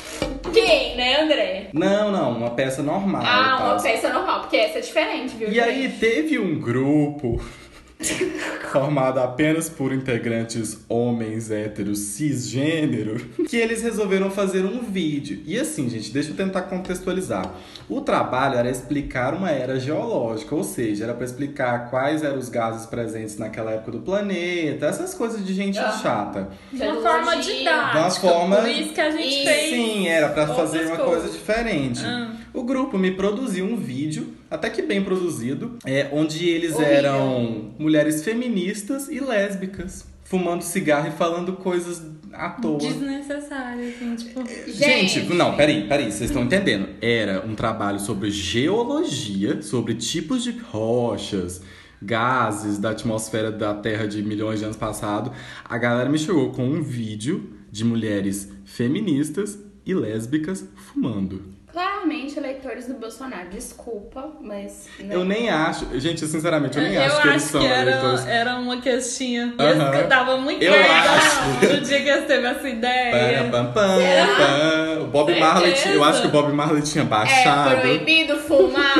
Quem, né, André? Não, uma peça normal. e Ah, tal. uma peça normal, porque essa é diferente, viu? E aí teve um grupo formado apenas por integrantes homens héteros cisgênero, que eles resolveram fazer um vídeo. E assim, gente, deixa eu tentar contextualizar. O trabalho era explicar uma era geológica, ou seja, era para explicar quais eram os gases presentes naquela época do planeta, essas coisas de gente chata. De uma forma didática. De uma forma- Por isso que a gente fez. Sim, era para outras fazer uma coisas. coisa diferente. O grupo me produziu um vídeo, até que bem produzido, onde eles Horrível. eram mulheres feministas e lésbicas, fumando cigarro e falando coisas à toa. Desnecessário, assim, tipo. Gente, não, peraí, vocês estão entendendo. Era um trabalho sobre geologia, sobre tipos de rochas, gases da atmosfera da Terra de milhões de anos passado. A galera me chegou com um vídeo de mulheres feministas e lésbicas fumando. Claramente, eleitores do Bolsonaro, desculpa, mas... né? Eu nem acho, gente, sinceramente, eu nem acho que eles são eleitores. era uma questinha. Aham. Eu tava muito Eu acho. no dia que eles teve essa ideia. Pam, pam, pam. O Bob Marley, eu acho que o Bob Marley tinha baixado. É proibido fumar.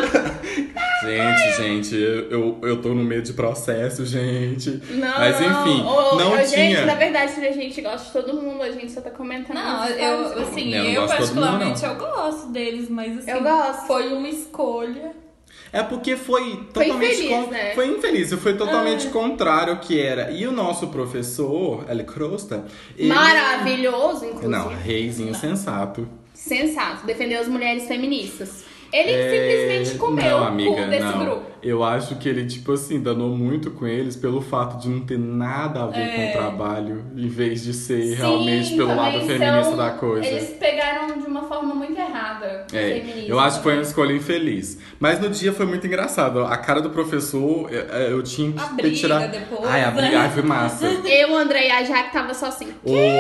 Gente, eu tô no meio de processo, gente. Não, Mas enfim, não Gente, tinha. na verdade, a gente gosta de todo mundo, a gente só tá comentando. Não, as eu, coisas. assim, Eu não eu gosto de todo mundo, particularmente eu gosto deles, mas assim, Eu gosto. foi uma escolha. É porque foi totalmente infeliz, né? Foi infeliz, foi totalmente contrário ao que era. E o nosso professor, El Crosta, ele... Maravilhoso, inclusive. Não, reizinho sensato. Sensato, defendeu as mulheres feministas. Ele simplesmente comeu Não, amiga, o cu desse não. grupo. Eu acho que ele, tipo assim, danou muito com eles pelo fato de não ter nada a ver com o trabalho, em vez de ser realmente pelo lado também feminista são- da coisa. Eles pegaram de uma forma muito errada o feminismo. Eu acho que foi uma escolha infeliz. Mas no dia foi muito engraçado. A cara do professor, eu tinha A que briga tirar. depois, Ai, a briga, né? ai, foi massa. Eu, André e a Jaque tava só assim.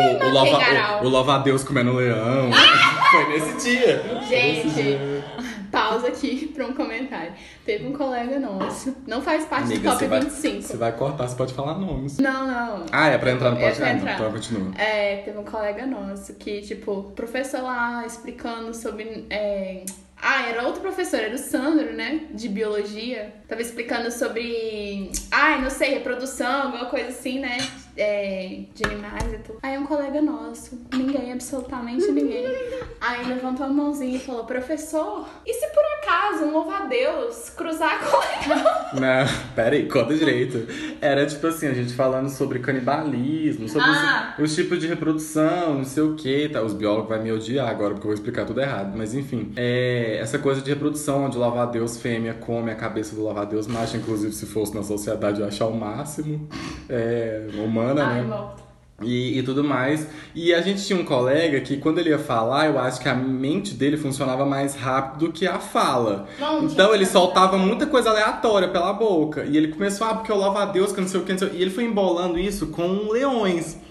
O louva-a-Deus comendo leão. Foi nesse dia. Gente, pausa aqui pra um comentário. Teve um colega nosso, não faz parte Amiga, do Top 25. você vai cortar, você pode falar nomes. Não. Ah, é pra entrar no É podcast? pra Ah, entrar. então continua. Teve um colega nosso que, tipo, professor lá explicando sobre. Era outro professor, era o Sandro, né? De biologia. Tava explicando sobre. Não sei, reprodução, alguma coisa assim, né? De animais e tudo. Aí um colega nosso, ninguém, absolutamente ninguém. Aí levantou a mãozinha e falou: professor, e se por acaso um louva-a-Deus cruzar com o leão? Não, pera aí, conta direito. Era tipo assim, a gente falando sobre canibalismo, sobre os tipos de reprodução, não sei o que, tá? Os biólogos vão me odiar agora porque eu vou explicar tudo errado, mas enfim. Essa coisa de reprodução, onde o louva-a-Deus fêmea come a cabeça do louva-a-Deus macho, inclusive se fosse na sociedade eu ia achar o máximo. Humana, né? Volta. E tudo mais. E a gente tinha um colega que, quando ele ia falar, eu acho que a mente dele funcionava mais rápido do que a fala. Não, Então ele gente, soltava muita coisa aleatória pela boca. E ele começou, porque eu louvo a Deus, que não sei o que, não sei o que. E ele foi embolando isso com leões.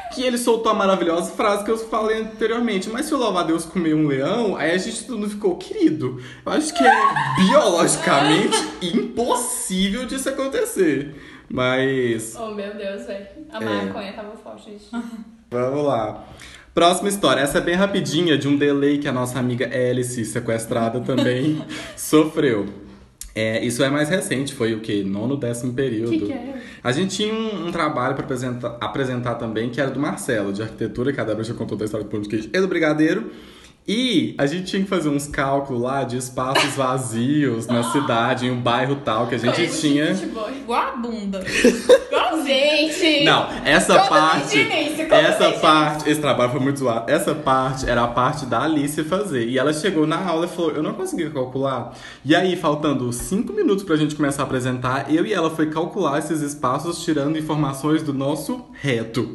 que ele soltou a maravilhosa frase que eu falei anteriormente. Mas se o louva-a-Deus comer um leão, aí a gente tudo ficou, querido, eu acho que é biologicamente impossível disso acontecer. Mas... Oh, meu Deus, velho. A maconha tava forte, gente. Vamos lá. Próxima história. Essa é bem rapidinha, de um delay que a nossa amiga Alice, sequestrada, também sofreu. Isso é mais recente, foi o quê? 9º, 10º período. Que é? A gente tinha um trabalho pra apresentar também, que era do Marcelo, de arquitetura, que a Débora já contou da história do pão de queijo e do brigadeiro. E a gente tinha que fazer uns cálculos lá de espaços vazios na cidade, em um bairro tal, que a gente tinha... Igual a bunda. Gente! Não, essa parte... Essa esse trabalho foi muito zoado. Essa parte era a parte da Alice fazer. E ela chegou na aula e falou, eu não consegui calcular. E aí, faltando 5 minutos pra gente começar a apresentar, eu e ela foi calcular esses espaços, tirando informações do nosso reto.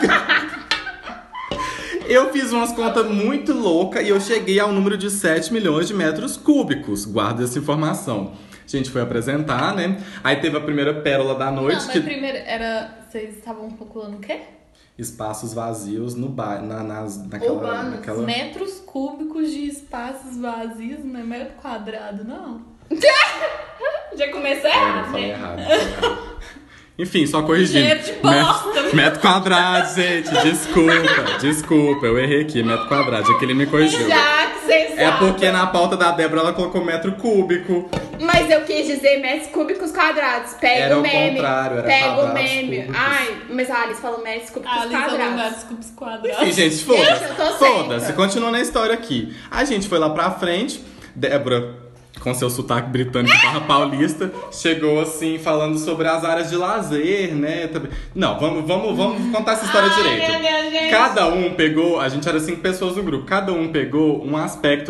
Eu fiz umas contas muito loucas e eu cheguei ao número de 7 milhões de metros cúbicos. Guarda essa informação. A gente foi apresentar, né? Aí teve a primeira pérola da noite. Não, mas primeiro era... Vocês estavam calculando o quê? Espaços vazios no bairro, naquela... Metros cúbicos de espaços vazios, não é metro quadrado, não. Já comecei Eu falei errado. Enfim, só corrigindo. Gente, bosta! Metro quadrado, gente. Desculpa. Eu errei aqui, metro quadrado. É que ele me corrigiu. Já que vocês sabem. É porque na pauta da Débora ela colocou metro cúbico. Mas eu quis dizer metros cúbicos quadrados. Pega Era o o meme. contrário, era Pega o quadrados meme. cúbicos. Ai, mas a Alice falou metros cúbicos A Alice falou quadrados. metros cúbicos quadrados. Enfim, gente, Gente, eu tô foda-se. certa. Continua na história aqui. A gente foi lá pra frente. Débora, com seu sotaque britânico barra paulista, chegou assim, falando sobre as áreas de lazer, né? Não, vamos contar essa história direito. Meu Deus, gente. Cada um pegou, a gente era 5 pessoas no grupo, cada um pegou um aspecto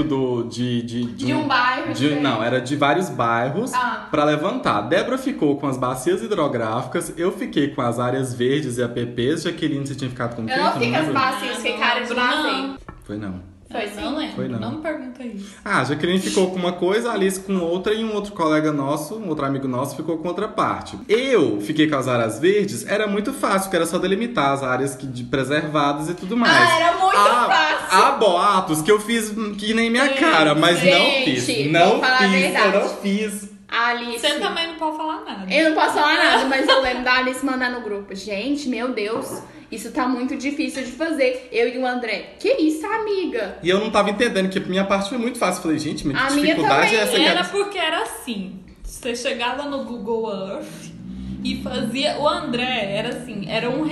De um bairro. Não, era de vários bairros pra levantar. Débora ficou com as bacias hidrográficas, eu fiquei com as áreas verdes e APPs. Jaqueline, você tinha ficado com o quê? Eu não fiquei com as lembro. bacias, fiquei cara de lazer. Foi não. Foi sim. Não lembro, Foi não. não me pergunta isso. Ah, Jaqueline ficou com uma coisa, a Alice com outra e um outro colega nosso, um outro amigo nosso, ficou com outra parte. Eu fiquei com as áreas verdes, era muito fácil, porque era só delimitar as áreas preservadas e tudo mais. Ah, era muito fácil. Há boatos que eu fiz que nem minha cara, mas gente, não fiz. vou falar a verdade. Eu não fiz. A Alice. Você também não pode falar nada. Eu não posso falar nada, mas eu lembro da Alice mandar no grupo. Gente, meu Deus, isso tá muito difícil de fazer. Eu e o André. Que isso, amiga? E eu não tava entendendo, que a minha parte foi muito fácil. Eu falei, gente, minha A minha dificuldade também é essa. Era porque era assim. Você chegava no Google Earth e fazia... O André era assim, era um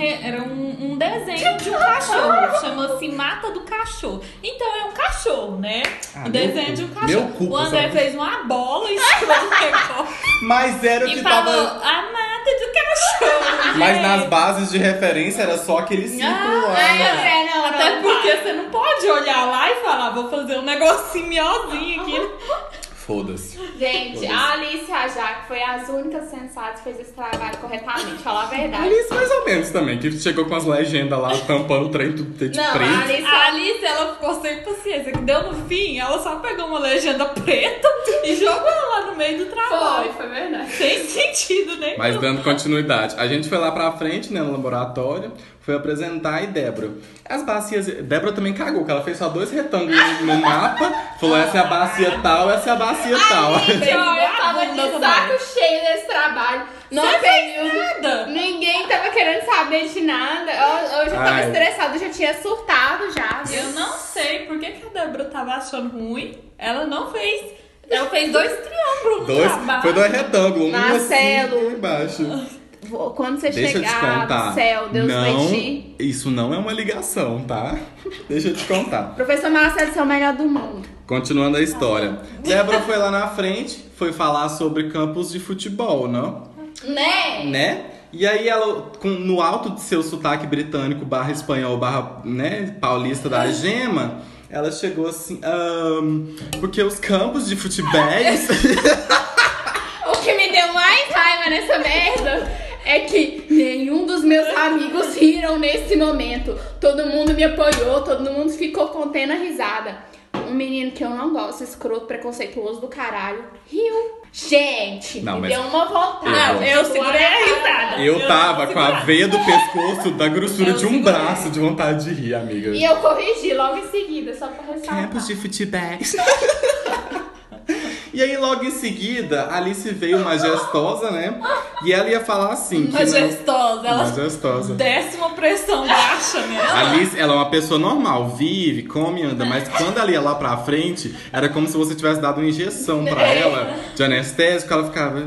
desenho de um cachorro. Chama-se Mata do Cachorro. Então é um cachorro, né? Ah, Um desenho de um cachorro. meu cu, O André sabe? fez uma bola em cima do negócio. Mas era o E que falou, tava... a mata do cachorro. Mas gente. nas bases de referência era só aquele círculo lá. Ai, André, não, Até não, porque vai. você não pode olhar lá e falar, vou fazer um negocinho miozinho aqui. Foda-se. Gente, a Alice e a Jaque foi as únicas sensatas que fez esse trabalho corretamente, falar a verdade. Alice mais ou menos também, que chegou com as legendas lá, tampando o trem tudo de Não, preto. a Alice... A Alice, ela ficou sem paciência, que deu no fim, ela só pegou uma legenda preta e jogou lá no meio do trabalho. Foi verdade. Sem sentido, né? Mas dando continuidade, a gente foi lá pra frente, né, no laboratório, foi apresentar e Débora. As bacias... Débora também cagou, que ela fez só 2 retângulos no mapa, falou essa é a bacia tal, essa é a bacia tal. Eu tava de saco cheio desse trabalho. No período, Nada. ninguém tava querendo saber de nada. Eu já tava Ai. estressada, eu já tinha surtado já. Eu não sei por que a Débora tava achando ruim. Ela não fez. Ela fez 2 triângulos no trabalho. Foi 2 retângulos, um Marcelo. assim e um embaixo. Quando você Deixa eu te chegar contar. no céu, Deus vai Não, te... isso não é uma ligação, tá? Deixa eu te contar. Professor Marcelo, você é o melhor do mundo. Continuando a história. Débora foi lá na frente, foi falar sobre campos de futebol, não? Né? E aí ela, no alto de seu sotaque britânico, barra espanhol, barra, né, paulista da gema, ela chegou assim, porque os campos de futebol... O que me deu mais raiva nessa merda é que nenhum dos meus amigos riram nesse momento. Todo mundo me apoiou, todo mundo ficou contendo a risada. Um menino que eu não gosto, escroto, preconceituoso do caralho, riu. Gente, Não, me mas deu uma vontade. eu- Eu segurei a risada. Eu tava com a veia do pescoço da grossura Eu de um segurei. braço de vontade de rir, amiga. E eu corrigi logo em seguida, só pra ressaltar. Campos de feedbacks. E aí, logo em seguida, a Alice veio majestosa, né? E ela ia falar assim. Majestosa. Ela Majestosa. desce uma pressão baixa A nela. Alice, ela é uma pessoa normal, vive, come, anda, mas quando ela ia lá pra frente, era como se você tivesse dado uma injeção pra ela de anestésico, ela ficava.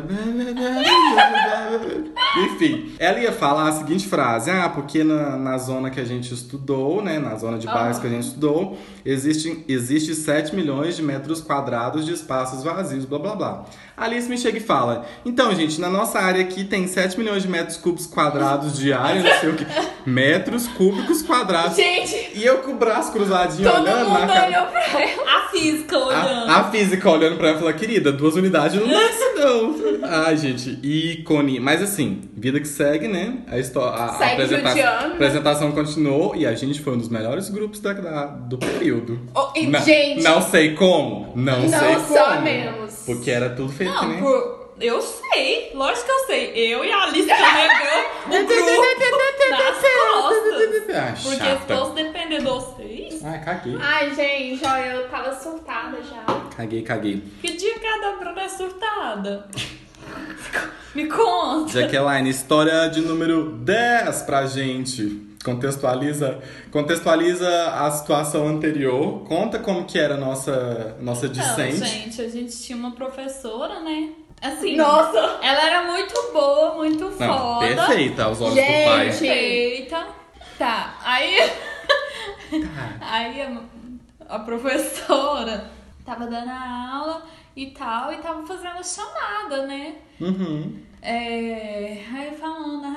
Enfim, ela ia falar a seguinte frase: porque na zona que a gente estudou, né? Na zona de bairros que a gente estudou, existe 7 milhões de metros quadrados de espaços vazios, blá blá blá. A Alice me chega e fala: então, gente, na nossa área aqui tem 7 milhões de metros cúbicos quadrados de área, não sei o que. Metros cúbicos quadrados. Gente, E eu com o braço cruzadinho todo olhando mundo na cara. olhou pra ela. A física olhando. A física olhando pra ela e falou: querida, 2 unidades não desce, não. Ai, gente, ícone. Mas assim, vida que segue, né? A Segue judiando. apresentação continuou e a gente foi um dos melhores grupos do período. Oh, e, gente, Não sei como. Não sei como. sabemos. Porque era tudo feito, Não, né? eu sei. Lógico que eu sei. Eu e a Alice carregou o grupo nas costas. Porque se chata. fosse depender de vocês... Ai, caguei. Ai, gente, olha, eu tava surtada já. Caguei. Que dia cada Bruna é surtada? Me conta. Jaqueline, história de número 10 pra gente. Contextualiza a situação anterior. Conta como que era a nossa discente. Não, gente, a gente tinha uma professora, né? Assim, Nossa! ela era muito boa, muito Não, foda. perfeita aos olhos Gente. do pai. Perfeita. Tá, aí... Aí a professora tava dando a aula e tal, e tava fazendo a chamada, né? Uhum. Aí falando,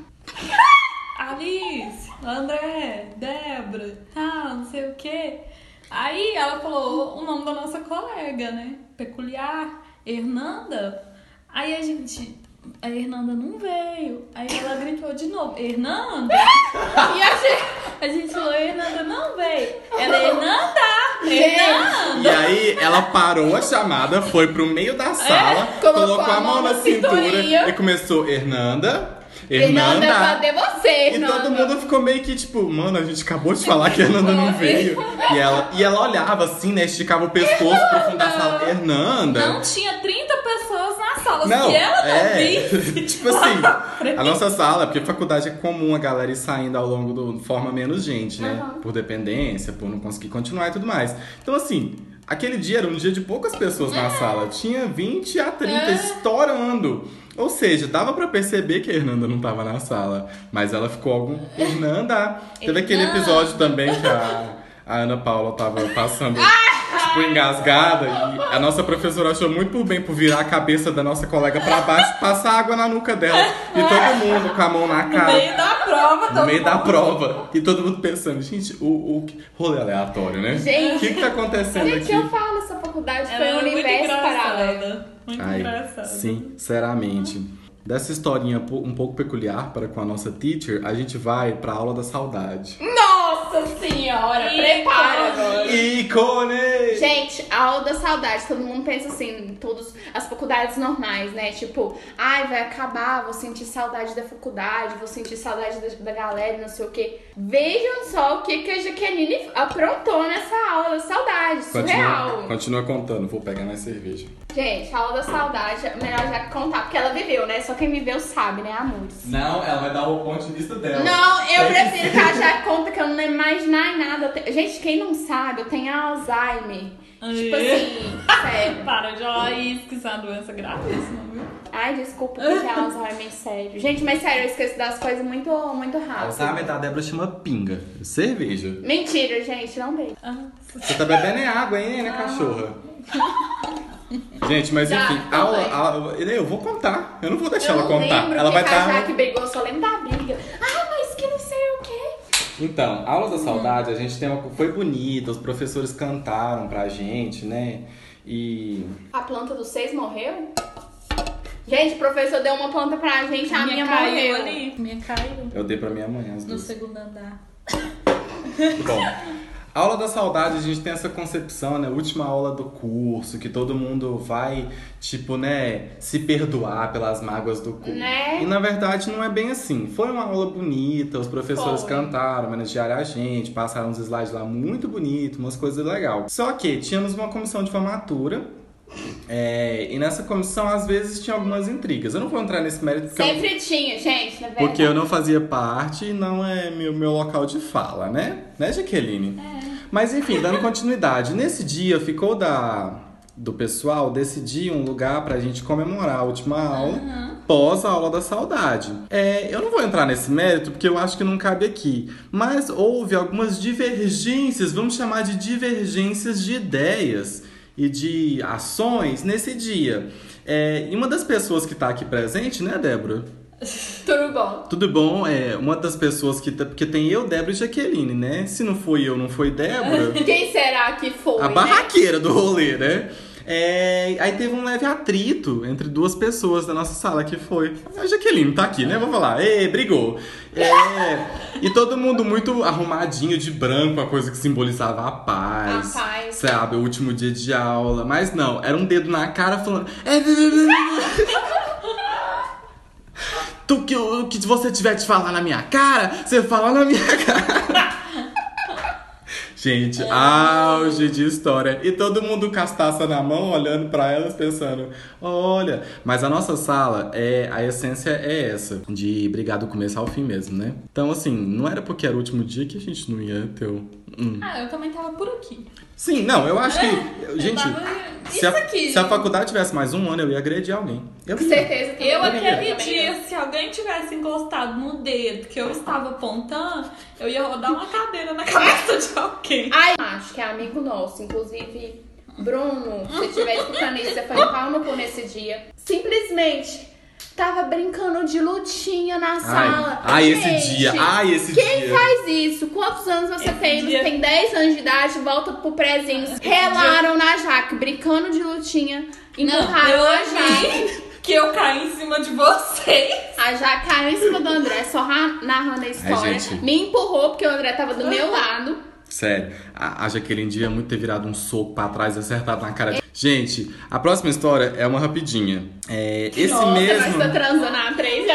Alice, André, Débora, não sei o quê. Aí ela falou o nome da nossa colega, né? Peculiar, Hernanda. Aí a Hernanda não veio. Aí ela gritou de novo, Hernanda? E a gente falou, Hernanda não veio. Ela, Hernanda! E aí ela parou a chamada, foi pro meio da sala, colocou a mão na cintura cinturinha. e começou: Hernanda. Fernanda, cadê você, E Hernanda? todo mundo ficou meio que tipo, mano, a gente acabou de falar que a Hernanda não veio. E ela olhava assim, né? Esticava o pescoço pro fundo da sala. Hernanda. Não tinha 30 pessoas na sala. Não, Se ela não visse. Tipo assim, a nossa sala, porque faculdade é comum a galera ir saindo ao longo do forma menos gente, né? Por dependência, por não conseguir continuar e tudo mais. Então, assim, aquele dia era um dia de poucas pessoas na sala. Tinha 20 a 30 estourando. Ou seja, dava pra perceber que a Hernanda não tava na sala. Mas ela ficou Hernanda. Teve aquele episódio também que a Ana Paula tava passando, tipo, engasgada. E a nossa professora achou muito por bem por virar a cabeça da nossa colega pra baixo e passar água na nuca dela. E todo mundo com a mão na No cara. meio da prova, No meio da prova. E todo mundo pensando, gente, o rolê aleatório, né? Gente. O que tá acontecendo Gente, aqui? eu falo, essa faculdade foi um muito universo paralelo. engraçada. Muito Ai, engraçada. sinceramente. Dessa historinha um pouco peculiar para com a nossa teacher, a gente vai pra aula da saudade. Nossa senhora, prepara agora. Ícone! Gente, a aula da saudade, todo mundo pensa assim, em todas as faculdades normais, né? Tipo, ai, vai acabar, vou sentir saudade da faculdade, vou sentir saudade da galera, não sei o quê. Vejam só o que a Jaqueline aprontou nessa aula da saudade, surreal. Continua contando, vou pegar mais cerveja. Gente, a aula da saudade, é melhor já contar, porque ela viveu, né? Só quem viveu sabe, né, amores? Não, ela vai dar o ponto de vista dela. Não, eu prefiro que ela já conta que eu não imaginar em nada. Gente, quem não sabe, eu tenho Alzheimer. Tipo assim, sério. Para de falar isso, que isso é uma doença gravíssima, viu? Ai, desculpa que já é Alzheimer, sério. Gente, mas sério, eu esqueço das coisas muito, muito rápido. Alzheimer da Débora chama pinga. Cerveja. Mentira, gente, não beijo. Você tá bebendo é água, hein, né, cachorra? Gente, mas Já, enfim, então eu vou contar. Eu não vou deixar Eu ela não contar. lembro Ela que vai a estar. Jaque brigou, só lembro da briga. Ah, mas que não sei o quê. Então, aulas da saudade, a gente tem foi bonita, os professores cantaram pra gente, né? E. A planta dos 6 morreu? Gente, o professor deu uma planta pra gente, a minha caiu morreu. ali. Minha caiu. Eu dei pra minha mãe as No duas. segundo andar. Bom, A aula da saudade, a gente tem essa concepção, né? Última aula do curso, que todo mundo vai, tipo, né, se perdoar pelas mágoas do curso. Né? E na verdade não é bem assim. Foi uma aula bonita, os professores cantaram, homenagearam a gente, passaram uns slides lá muito bonitos, umas coisas legais. Só que tínhamos uma comissão de formatura. E nessa comissão, às vezes, tinha algumas intrigas. Eu não vou entrar nesse mérito porque Sempre tinha, gente, na verdade. porque eu não fazia parte e não é meu local de fala, né? Né, Jaqueline? Mas enfim, dando continuidade. Nesse dia, ficou do pessoal decidir um lugar pra gente comemorar a última aula, pós a aula da saudade. Eu não vou entrar nesse mérito porque eu acho que não cabe aqui. Mas houve algumas divergências, vamos chamar de divergências de ideias e de ações nesse dia. E uma das pessoas que tá aqui presente, né, Débora? Tudo bom. Tudo bom, uma das pessoas que porque tem eu, Débora e Jaqueline, né? Se não foi eu, não foi Débora. Quem será que foi, A barraqueira do rolê, né? Aí teve um leve atrito entre duas pessoas da nossa sala, que foi a Jaqueline, tá aqui, né? Vou falar, brigou. E todo mundo muito arrumadinho de branco, a coisa que simbolizava a paz. Sabe, o último dia de aula. Mas não, era um dedo na cara falando... O que você tiver de falar na minha cara, você fala na minha cara. Gente, auge de história. E todo mundo castaça na mão, olhando pra elas, pensando... Olha... Mas a nossa sala, a essência é essa. De brigar do começo ao fim mesmo, né? Então, assim, não era porque era o último dia que a gente não ia ter eu também tava por aqui. Sim, não, eu acho que... Gente, tava... se a faculdade tivesse mais um ano, eu ia agredir alguém. Com certeza que eu aquele dia, se alguém tivesse encostado no dedo que eu estava apontando, eu ia rodar uma cadeira na cabeça de alguém. Acho que é amigo nosso, inclusive, Bruno, se estiver escutando isso, você foi um pau no cu nesse dia. Simplesmente tava brincando de lutinha na sala. Esse dia. Quem faz isso? Quantos anos você tem? Você tem 10 anos de idade, volta pro prezinho. Relaram na Jaque, brincando de lutinha. Empurraram a Jaque. Que eu caí em cima de vocês. A Jaque caiu em cima do André, só narrando a história. Me empurrou porque o André tava do meu lado. Sério, a Jaqueline devia muito ter virado um soco pra trás e acertado na cara de... Gente, a próxima história é uma rapidinha. Mas tá transando a 3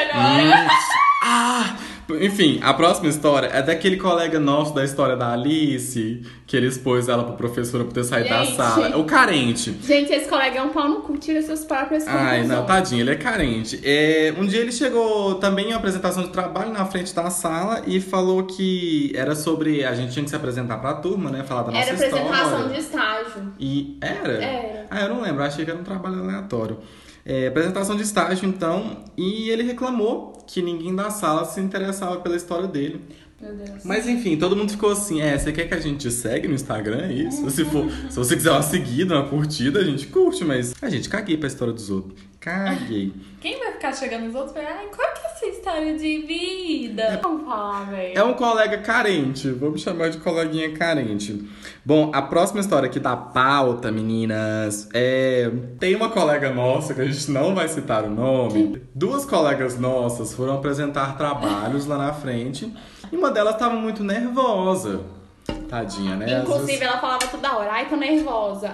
agora. Enfim, a próxima história é daquele colega nosso da história da Alice, que ele expôs ela pro professor por ter saído da sala. O carente. Gente, esse colega é um pau no cu, tira suas próprias conclusões. Não, tadinho, ele é carente. Um dia ele chegou também em uma apresentação de trabalho na frente da sala e falou que era sobre... A gente tinha que se apresentar pra turma, né? Falar da nossa história. Era apresentação de estágio. E era? Era. Eu não lembro, achei que era um trabalho aleatório. Apresentação de estágio, então, e ele reclamou que ninguém da sala se interessava pela história dele. Meu Deus. Mas enfim, todo mundo ficou assim, você quer que a gente te segue no Instagram? É isso? Se você quiser uma seguida, uma curtida, a gente curte, mas a gente caguei pra história dos outros. Caguei. Quem vai ficar chegando nos outros e falar, qual que é a sua história de vida? Vamos falar, velho. É um colega carente, vamos chamar de coleguinha carente. Bom, a próxima história aqui da pauta, meninas, tem uma colega nossa, que a gente não vai citar o nome. 2 colegas nossas foram apresentar trabalhos lá na frente e uma delas estava muito nervosa. Tadinha, né? Inclusive, ela falava toda hora, ai, tô nervosa.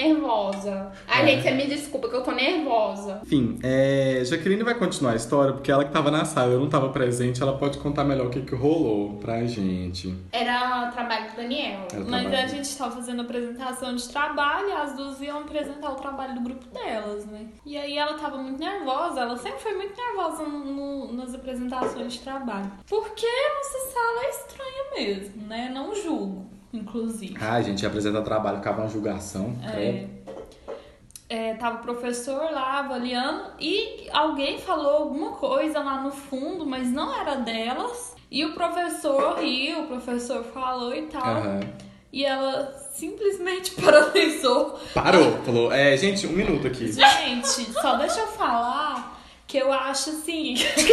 Gente, você me desculpa que eu tô nervosa. Enfim, Jaqueline vai continuar a história, porque ela que tava na sala, eu não tava presente, ela pode contar melhor o que rolou pra gente. Era o trabalho do Daniel. Mas a gente tava fazendo apresentação de trabalho e as 2 iam apresentar o trabalho do grupo delas, né? E aí ela tava muito nervosa, ela sempre foi muito nervosa nas apresentações de trabalho. Porque nossa sala é estranha mesmo, né? Não julgo, inclusive. A gente ia apresentar trabalho, ficava uma julgação. Tava o professor lá avaliando e alguém falou alguma coisa lá no fundo, mas não era delas. E o professor riu, o professor falou e tal. E ela simplesmente paralisou. Falou, gente, 1 minuto aqui. Gente, só deixa eu falar que eu acho assim...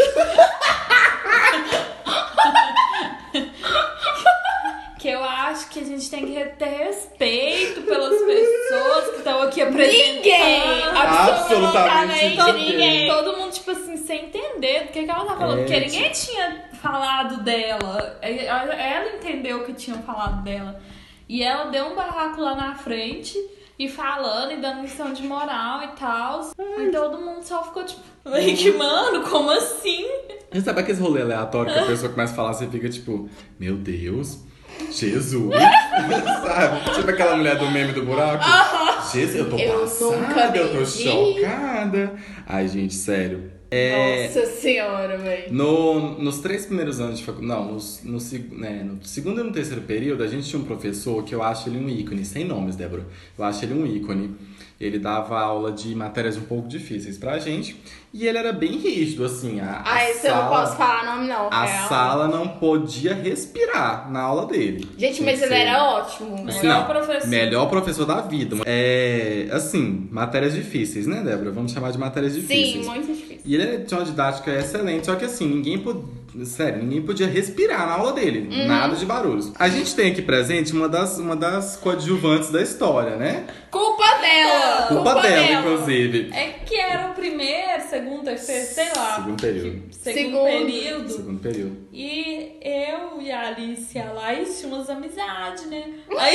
que eu acho que a gente tem que ter respeito pelas pessoas que estão aqui apresentando. Ninguém! Absolutamente ninguém. Todo mundo, tipo assim, sem entender do que ela tá falando. Porque ninguém tinha falado dela. Ela entendeu que tinham falado dela. E ela deu um barraco lá na frente e falando e dando lição de moral e tal. E todo mundo só ficou tipo, mano, como assim? E sabe aqueles rolê aleatório que a pessoa começa a falar, você fica tipo, meu Deus, Jesus, sabe? Tipo aquela mulher do meme do buraco. Jesus, eu tô passada, eu tô chocada. Ai, gente, sério. Nossa senhora, velho. Nos 3 primeiros anos de faculdade, não, no segundo e no terceiro período, a gente tinha um professor que eu acho ele um ícone, sem nomes, Débora. Eu acho ele um ícone. Ele dava aula de matérias um pouco difíceis pra gente. E ele era bem rígido, assim. Esse eu não posso falar nome, não. A sala não podia respirar na aula dele. Gente, mas ele era ótimo. Melhor professor da vida. Assim, matérias difíceis, né, Débora? Vamos chamar de matérias difíceis. Sim, muito difícil. E ele tinha uma didática excelente, só que assim, ninguém podia respirar na aula dele. Nada de barulhos. A gente tem aqui presente uma das coadjuvantes da história, né? Culpa dela! Culpa dela, inclusive. É que era o primeiro, segundo, terceiro, sei lá. Segundo período. Segundo período. E eu e a Alice e a Laís tínhamos amizade, né?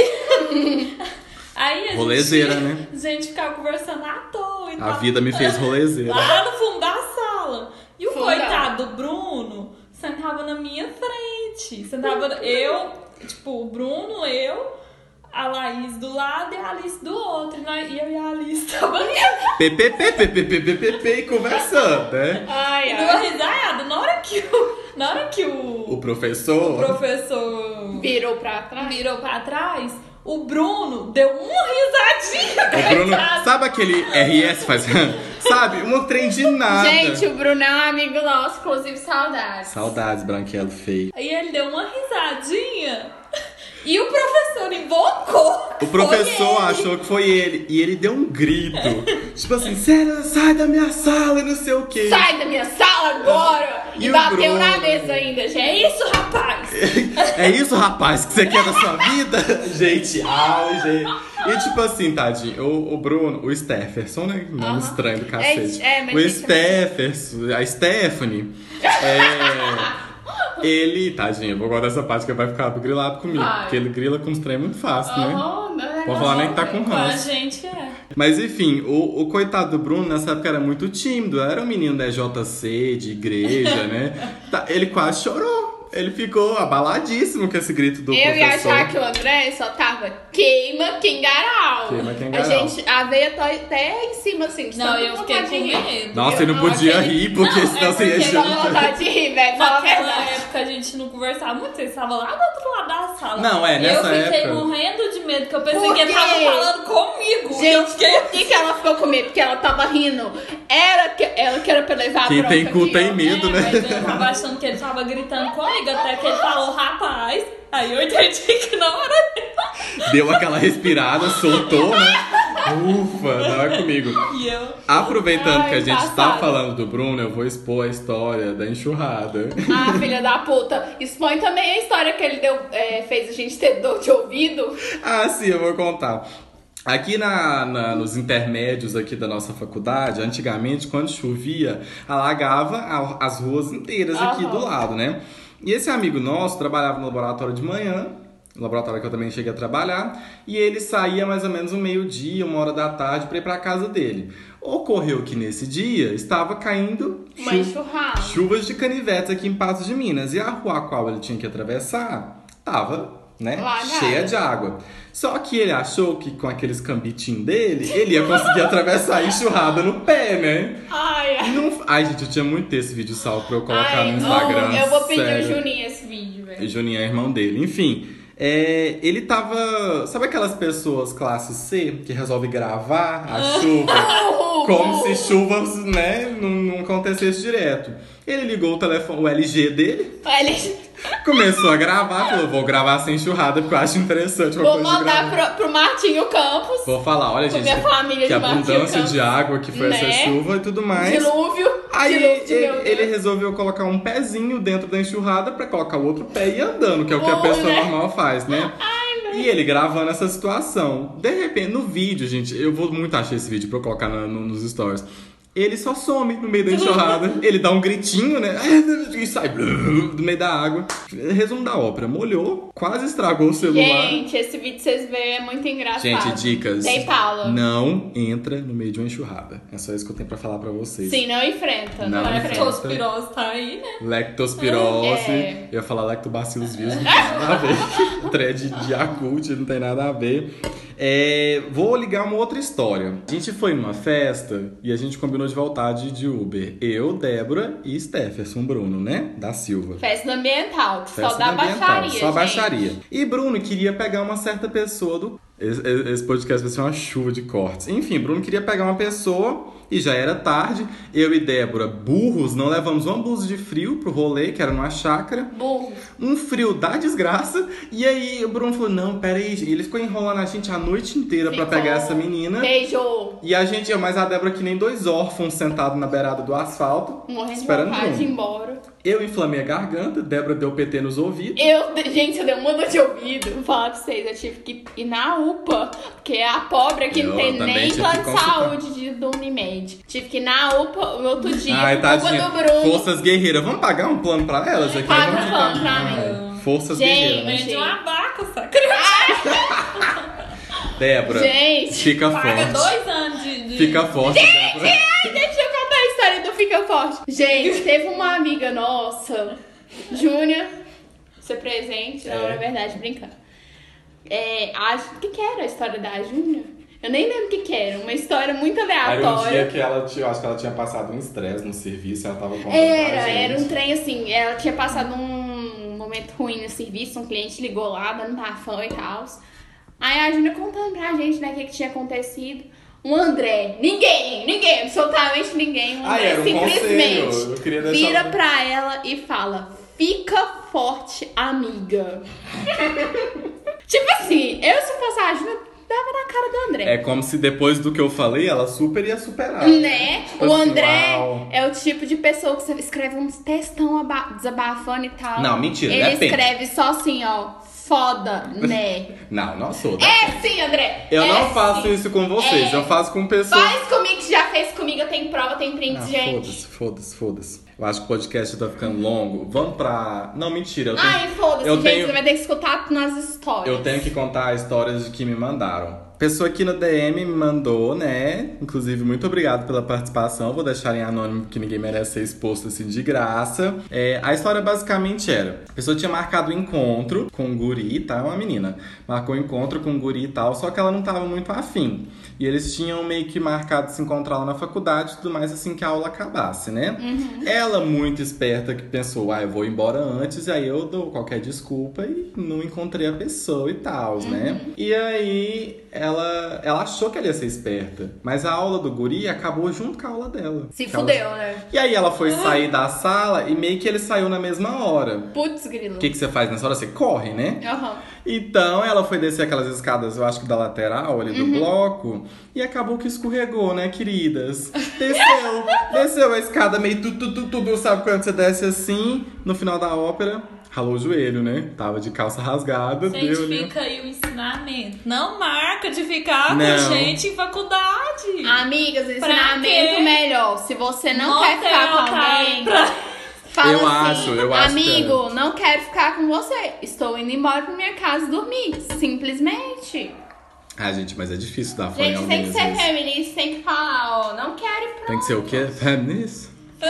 Aí a rolezeira, né? A gente ficava conversando à toa e tal. A vida me fez rolezeira. Lá no fundo da sala. E o coitado do Bruno sentava na minha frente. Sentava eu, tipo, o Bruno, a Laís do lado e a Alice do outro. E eu e a Alice tava PPP, conversando, né? E deu uma risada. Na hora que o professor virou pra trás, o Bruno deu uma risadinha. O Bruno, sabe aquele RS faz? Sabe? Um trem de nada. Gente, o Bruno é um amigo nosso, inclusive saudades. Saudades, branquelo feio. Aí ele deu uma risadinha. E o professor invocou. O professor achou que foi ele. E ele deu um grito. Tipo assim, sério, sai da minha sala e não sei o quê. Sai da minha sala agora! E bateu Bruno na mesa ainda, gente. É isso, rapaz! É isso, rapaz, que você quer da sua vida? Gente, gente. E tipo assim, tadinho, o Bruno, o Stefferson, né? Nome estranho do cacete. Mas o Stefferson, a Stephanie. Ele, tadinho, eu vou guardar essa parte que ele vai ficar grilado comigo. Porque ele grila com os trem muito fácil, né? Pode falar nem que tá com ranço. A gente Mas enfim, o coitado do Bruno nessa época era muito tímido. Era um menino da EJC, de igreja, né? Ele quase chorou. Ele ficou abaladíssimo com esse grito do professor. Eu ia achar que o André só tava queima Kengarau. A gente, a veia tá até em cima, assim. Não, eu fiquei com medo. Nossa, ele não podia rir, porque senão você ia chorar. Eu não vontade de rir, velho. Naquela época a gente não conversava muito, vocês estavam lá do outro lado da sala. Não, nessa época. Eu fiquei morrendo de medo, porque eu pensei que ele tava falando comigo. Gente, por que ela ficou com medo? Porque ela tava rindo. Ela que era pra levar a bronca. Quem tem cu tem medo, né? Mas eu tava achando que ele tava gritando comigo, até que ele falou, rapaz. Aí eu entendi que não era ele. Deu aquela respirada, soltou, né? Ufa, não é comigo. E eu... Aproveitando que a gente tá falando do Bruno, eu vou expor a história da enxurrada. Filha da puta. Expõe também a história que ele fez a gente ter dor de ouvido. Sim, eu vou contar. Aqui nos intermédios aqui da nossa faculdade, antigamente, quando chovia, alagava as ruas inteiras aqui do lado, né? E esse amigo nosso trabalhava no laboratório de manhã, no laboratório que eu também cheguei a trabalhar, e ele saía mais ou menos 12:00, 1h da tarde, para ir para casa dele. Ocorreu que nesse dia estava caindo chuvas de canivetes aqui em Patos de Minas, e a rua a qual ele tinha que atravessar estava, né, cheia de água. Só que ele achou que com aqueles cambitinhos dele, ele ia conseguir atravessar a enxurrada no pé, né? Ai, gente, eu tinha muito desse vídeo salvo pra eu colocar no Instagram. Eu vou pedir o Juninho esse vídeo, velho. O Juninho é irmão dele. Enfim, ele tava... Sabe aquelas pessoas classe C que resolve gravar a chuva? Como se chuva, né, não acontecesse direto. Ele ligou o telefone, o LG dele. Começou a gravar, falou, vou gravar sem enxurrada, porque eu acho interessante. Vou mandar pro Martinho Campos. Vou falar, olha, gente, que abundância de água que foi essa chuva e tudo mais. Dilúvio. Aí ele resolveu colocar um pezinho dentro da enxurrada pra colocar o outro pé e ir andando, que é o que a pessoa normal faz, né? E ele gravando essa situação. De repente, no vídeo, gente, eu vou muito achar esse vídeo pra eu colocar nos stories. Ele só some no meio da enxurrada. Ele dá um gritinho, né? E sai do meio da água. Resumo da ópera. Molhou, quase estragou o celular. Gente, esse vídeo que vocês veem é muito engraçado. Gente, dicas. Dei Paula. Não entra no meio de uma enxurrada. É só isso que eu tenho pra falar pra vocês. Sim, não enfrenta. Não Não enfrenta. enfrenta. Leptospirose tá aí, né? Lectospirose. É. Eu ia falar lactobacilos vírus, não tem nada a ver. Thread de Yakult, não tem nada a ver. Vou ligar uma outra história. A gente foi numa festa e a gente combinou de voltar de Uber. Eu, Débora e Stefferson Bruno, né? Da Silva. Festa ambiental, que só Festa dá ambiental, baixaria, só gente. baixaria. E Bruno queria pegar uma certa pessoa do... Esse podcast vai ser uma chuva de cortes. Enfim, Bruno queria pegar uma pessoa e já era tarde. Eu e Débora, burros, não levamos uma blusa de frio pro rolê, que era numa chácara. Burro. Um frio da desgraça. E aí o Bruno falou, não, peraí. E ele ficou enrolando a gente a noite inteira pra pegar essa menina. Beijo. E a gente, mas a Débora que nem dois órfãos sentados na beirada do asfalto. Morrendo de esperando vontade de ir Bruno. embora. Eu inflamei a garganta, Débora deu PT nos ouvidos. Gente, eu dei uma dor de ouvido. Vou falar pra vocês, eu tive que ir na UPA. Porque a pobre aqui não Eu tem também nem tive plano que de consultar. saúde do Unimed. Tive que ir na UPA no outro dia. Ai, por culpa tadinha. do Bruno. Forças guerreiras. Vamos pagar um plano pra elas aqui? Paga Vamos um plano ficar- pra Ai, Forças Gente. guerreiras. né? Vende uma vaca, sacanagem. Débora, Gente. fica Paga forte. 2 anos de... Fica forte, Débora. Ai, deixa eu contar a história do Fica Forte. Gente, teve uma amiga nossa, Júnia, ser presente, não, na verdade, brincando. O que era a história da Júnia? Eu nem lembro o que era, uma história muito Era um dia aleatória. que ela, eu acho que ela tinha passado um estresse no serviço, ela tava contando pra Era gente. um trem assim, ela tinha passado um momento ruim no serviço, um cliente ligou lá, dando bafão e tal. Aí a Júnia contando pra gente, né, o que tinha acontecido. Um André, ninguém, absolutamente ninguém. Um André era um conselho, simplesmente eu queria deixar... vira pra ela e fala: fica forte, amiga. Tipo assim, eu se fosse a Júnia, dava na cara do André. É como se depois do que eu falei, ela super ia superar. Né? Tipo O assim, André uau. é o tipo de pessoa que você escreve uns textão desabafando e tal. Não, mentira, Ele depende. escreve só assim, ó. Foda, né? Não sou. É sim, André. Eu é não faço sim. isso com vocês, É. eu faço com pessoas... Faz comigo que já fez comigo, eu tenho prova, eu tenho print, Ah, gente. foda-se. Eu acho que o podcast tá ficando longo. Vamos pra... Não, mentira. Eu tenho... Ai, foda-se, eu gente, tenho- você vai ter que escutar nas histórias. Eu tenho que contar histórias que me mandaram. Pessoa aqui no DM me mandou, né? Inclusive, muito obrigado pela participação. Vou deixar em anônimo, porque ninguém merece ser exposto assim de graça. A história basicamente era: a pessoa tinha marcado um encontro com um guri, tá? Uma menina. Marcou um encontro com um guri e tal, só que ela não tava muito afim. E eles tinham meio que marcado se encontrar lá na faculdade e tudo mais, assim que a aula acabasse, né? Ela, muito esperta, que pensou, eu vou embora antes, e aí eu dou qualquer desculpa e não encontrei a pessoa e tal, né? E aí ela achou que ela ia ser esperta, mas a aula do guri acabou junto com a aula dela. Se Que ela- fudeu, né? E aí ela foi sair da sala e meio que ele saiu na mesma hora. Putz, grilo. O que você faz nessa hora? Você corre, né? Aham. Então ela foi descer aquelas escadas, eu acho que da lateral ali do bloco, e acabou que escorregou, né, queridas? Desceu a escada meio tudo, sabe quando você desce assim, no final da ópera, ralou o joelho, né? Tava de calça rasgada, Gente, deu, né? fica aí o ensinamento. Não marca de ficar Não. com gente em faculdade. Amigas, Pra ensinamento quê? melhor. Se você não quer ficar com alguém, pra... fala Eu assim, acho amigo, não quero ficar com você. Estou indo embora pra minha casa dormir. Simplesmente. Ah, gente, mas é difícil dar fora em Gente, alguém tem que às ser vezes. feminista, tem que falar, ó, não quero ir pra... Tem que ser o quê? Feminista?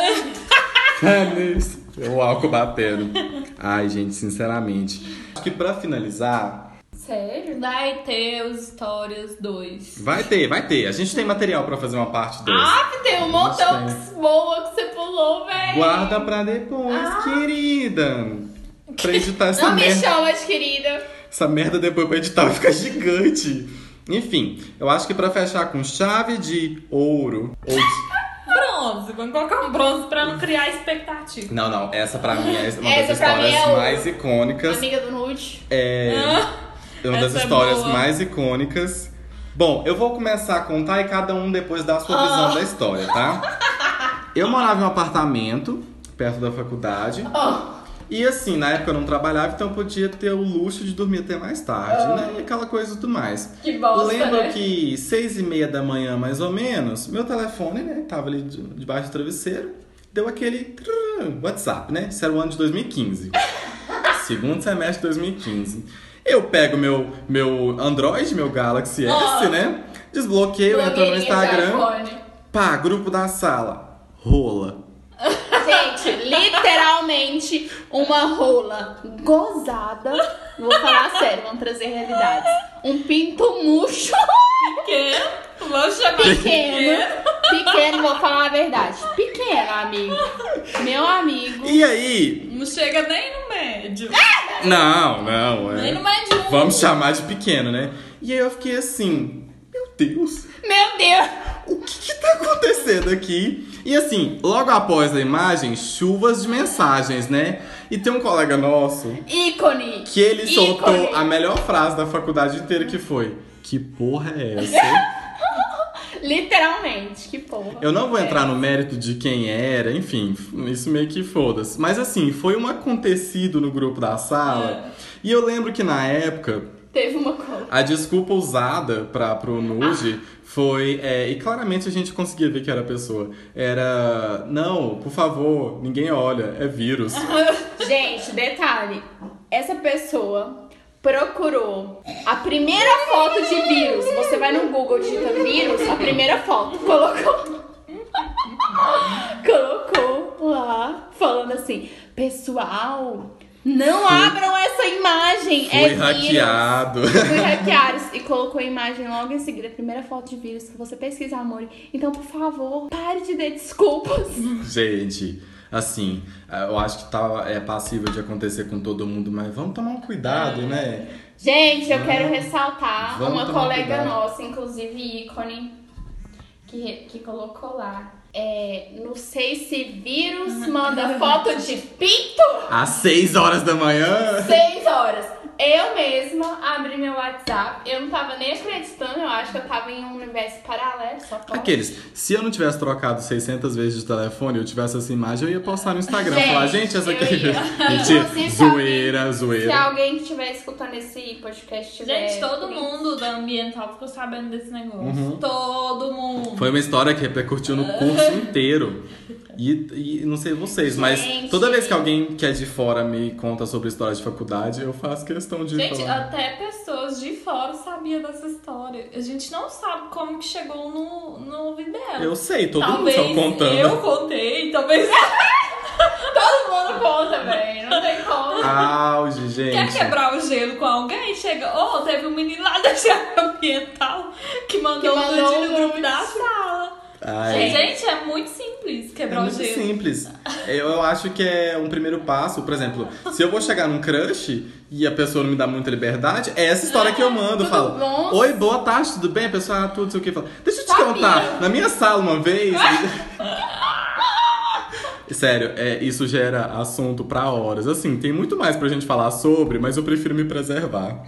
Feminista. O álcool batendo. Ai, gente, sinceramente. Acho que pra finalizar, Sério? Vai ter os Histórias 2. vai ter. A gente tem material pra fazer uma parte 2. Ah, tem um montão Gostei. boa que você pulou, velho. Guarda pra depois, querida. Pra editar essa Não me merda. chama de querida. Essa merda depois pra editar vai ficar gigante. Enfim, eu acho que pra fechar com chave de ouro ou de... Bronze. Vamos colocar um bronze pra não criar expectativa. Não, essa pra mim é uma Essa das pra mim histórias é o- mais icônicas. Amiga do Nude. É uma das Essa é histórias boa. mais icônicas. Bom, eu vou começar a contar e cada um depois dá a sua visão da história, tá? Eu morava em um apartamento perto da faculdade. E assim, na época eu não trabalhava, então eu podia ter o luxo de dormir até mais tarde, né? E aquela coisa e tudo mais. Que bosta, Lembro né? que 6h30 da manhã, mais ou menos, meu telefone, né, tava ali debaixo do travesseiro, deu aquele WhatsApp, né? Isso era o ano de 2015. Segundo semestre de 2015. Eu pego meu Android, meu Galaxy S, né? Desbloqueio, entro no Instagram. Pá, grupo da sala. Rola. Gente, literalmente uma rola gozada. Vou falar sério, vamos trazer realidades. Um pinto murcho. Pequeno. Vou chamar Pequeno, vou falar a verdade. Pequeno, amigo. Meu amigo. E aí? Não chega nem no médio. Não, Nem no médio. Vamos chamar de pequeno, né? E aí eu fiquei assim, meu Deus, Meu Deus. o que tá acontecendo aqui? E assim, logo após a imagem, chuvas de mensagens, né? E tem um colega nosso Ícone. que ele soltou Ícone. a melhor frase da faculdade inteira, que foi: que porra é essa? Literalmente, que porra. Eu não vou entrar no mérito de quem era, enfim, isso meio que foda-se. Mas assim, foi um acontecido no grupo da sala. E eu lembro que na época, Teve uma coisa. a desculpa usada pro nude foi... e claramente a gente conseguia ver que era a pessoa. Era: não, por favor, ninguém olha, é vírus. Gente, detalhe. Essa pessoa procurou a primeira foto de vírus. Você vai no Google, digita vírus, a primeira foto. Colocou lá, falando assim: pessoal, não abram essa imagem. Fui vírus. hackeado. Fui hackeado. E colocou a imagem logo em seguida, a primeira foto de vírus. Se você pesquisar, amor. Então, por favor, pare de dar desculpas. Gente, assim, eu acho que é passível de acontecer com todo mundo, mas vamos tomar um cuidado, né? Gente, eu quero ressaltar Vamos uma tomar colega cuidado. nossa, inclusive ícone, que colocou lá. Não sei se vírus manda foto de pinto. Às 6 horas da manhã. 6 horas. Eu mesma abri meu WhatsApp. Eu não tava nem acreditando. Eu acho que eu tava em um universo paralelo. Só pode. Aqueles, se eu não tivesse trocado 600 vezes de telefone, eu tivesse essa imagem, eu ia postar no Instagram. Gente, Falar: gente, essa eu aqui. ia. Mentira, Inclusive, zoeira, Se zoeira. alguém que estiver escutando esse podcast tiver... Gente, todo mundo da ambiental ficou sabendo desse negócio. Uhum. Todo mundo. Foi uma história que repercutiu no curso inteiro. E não sei vocês, mas Gente. toda vez que alguém que é de fora me conta sobre história de faculdade, eu faço questão de Gente, falar. até pessoas de fora sabiam dessa história. A gente não sabe como que chegou no ouvido dela. Eu sei, todo Talvez mundo só contando. eu contei, talvez... Todo mundo conta, velho. Não tem como. Auge, gente. Quer quebrar o gelo com alguém? Chega... teve um menino lá da Jardim Ambiental que mandou um nude no grupo da sala. Ai. Gente, é muito simples É quebrar o muito gelo. simples. Eu acho que é um primeiro passo. Por exemplo, se eu vou chegar num crush e a pessoa não me dá muita liberdade, é essa história que eu mando. Tudo falo: bom? oi, boa tarde, tudo bem? A pessoa, tudo, sei o que. Fala: deixa eu te Sabia. contar. Na minha sala uma vez... Sério, isso gera assunto pra horas. Assim, tem muito mais pra gente falar sobre, mas eu prefiro me preservar.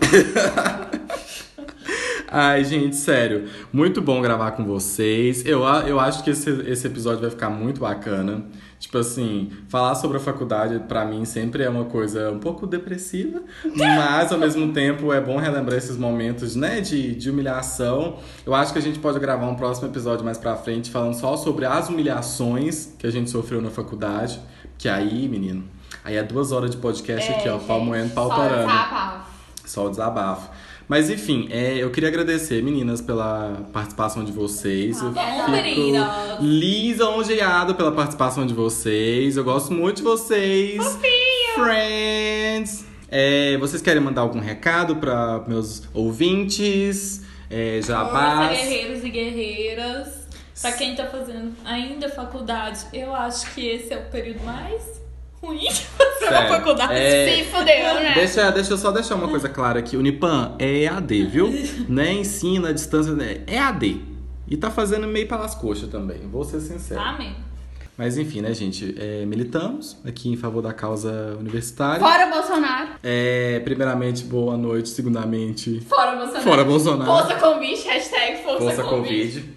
Ai, gente, sério. Muito bom gravar com vocês. Eu acho que esse episódio vai ficar muito bacana. Tipo assim, falar sobre a faculdade pra mim sempre é uma coisa um pouco depressiva, mas ao mesmo tempo é bom relembrar esses momentos, né, de humilhação. Eu acho que a gente pode gravar um próximo episódio mais pra frente falando só sobre as humilhações que a gente sofreu na faculdade. Que aí, menino, aí é 2 horas de podcast aqui, ó, pau moendo, pau torando. Só o desabafo. Mas enfim, eu queria agradecer, meninas, pela participação de vocês. Eu meninas. fico lisonjeado pela participação de vocês. Eu gosto muito de vocês. Friends! Vocês querem mandar algum recado para meus ouvintes? Jabás? Força, guerreiros e guerreiras. Pra quem tá fazendo ainda faculdade, eu acho que esse é o período mais ruim de fazer na faculdade. Se fudeu, né? Deixa eu só deixar uma coisa clara aqui. Unipan é EAD, viu? Não é ensino à distância, é EAD. E tá fazendo meio pelas coxas também, vou ser sincero. Amém. Mas enfim, né, gente? Militamos aqui em favor da causa universitária. Fora Bolsonaro. Primeiramente, boa noite. Segundamente, Fora Bolsonaro. fora Bolsonaro. Força convite, hashtag Força Força convite. Covid.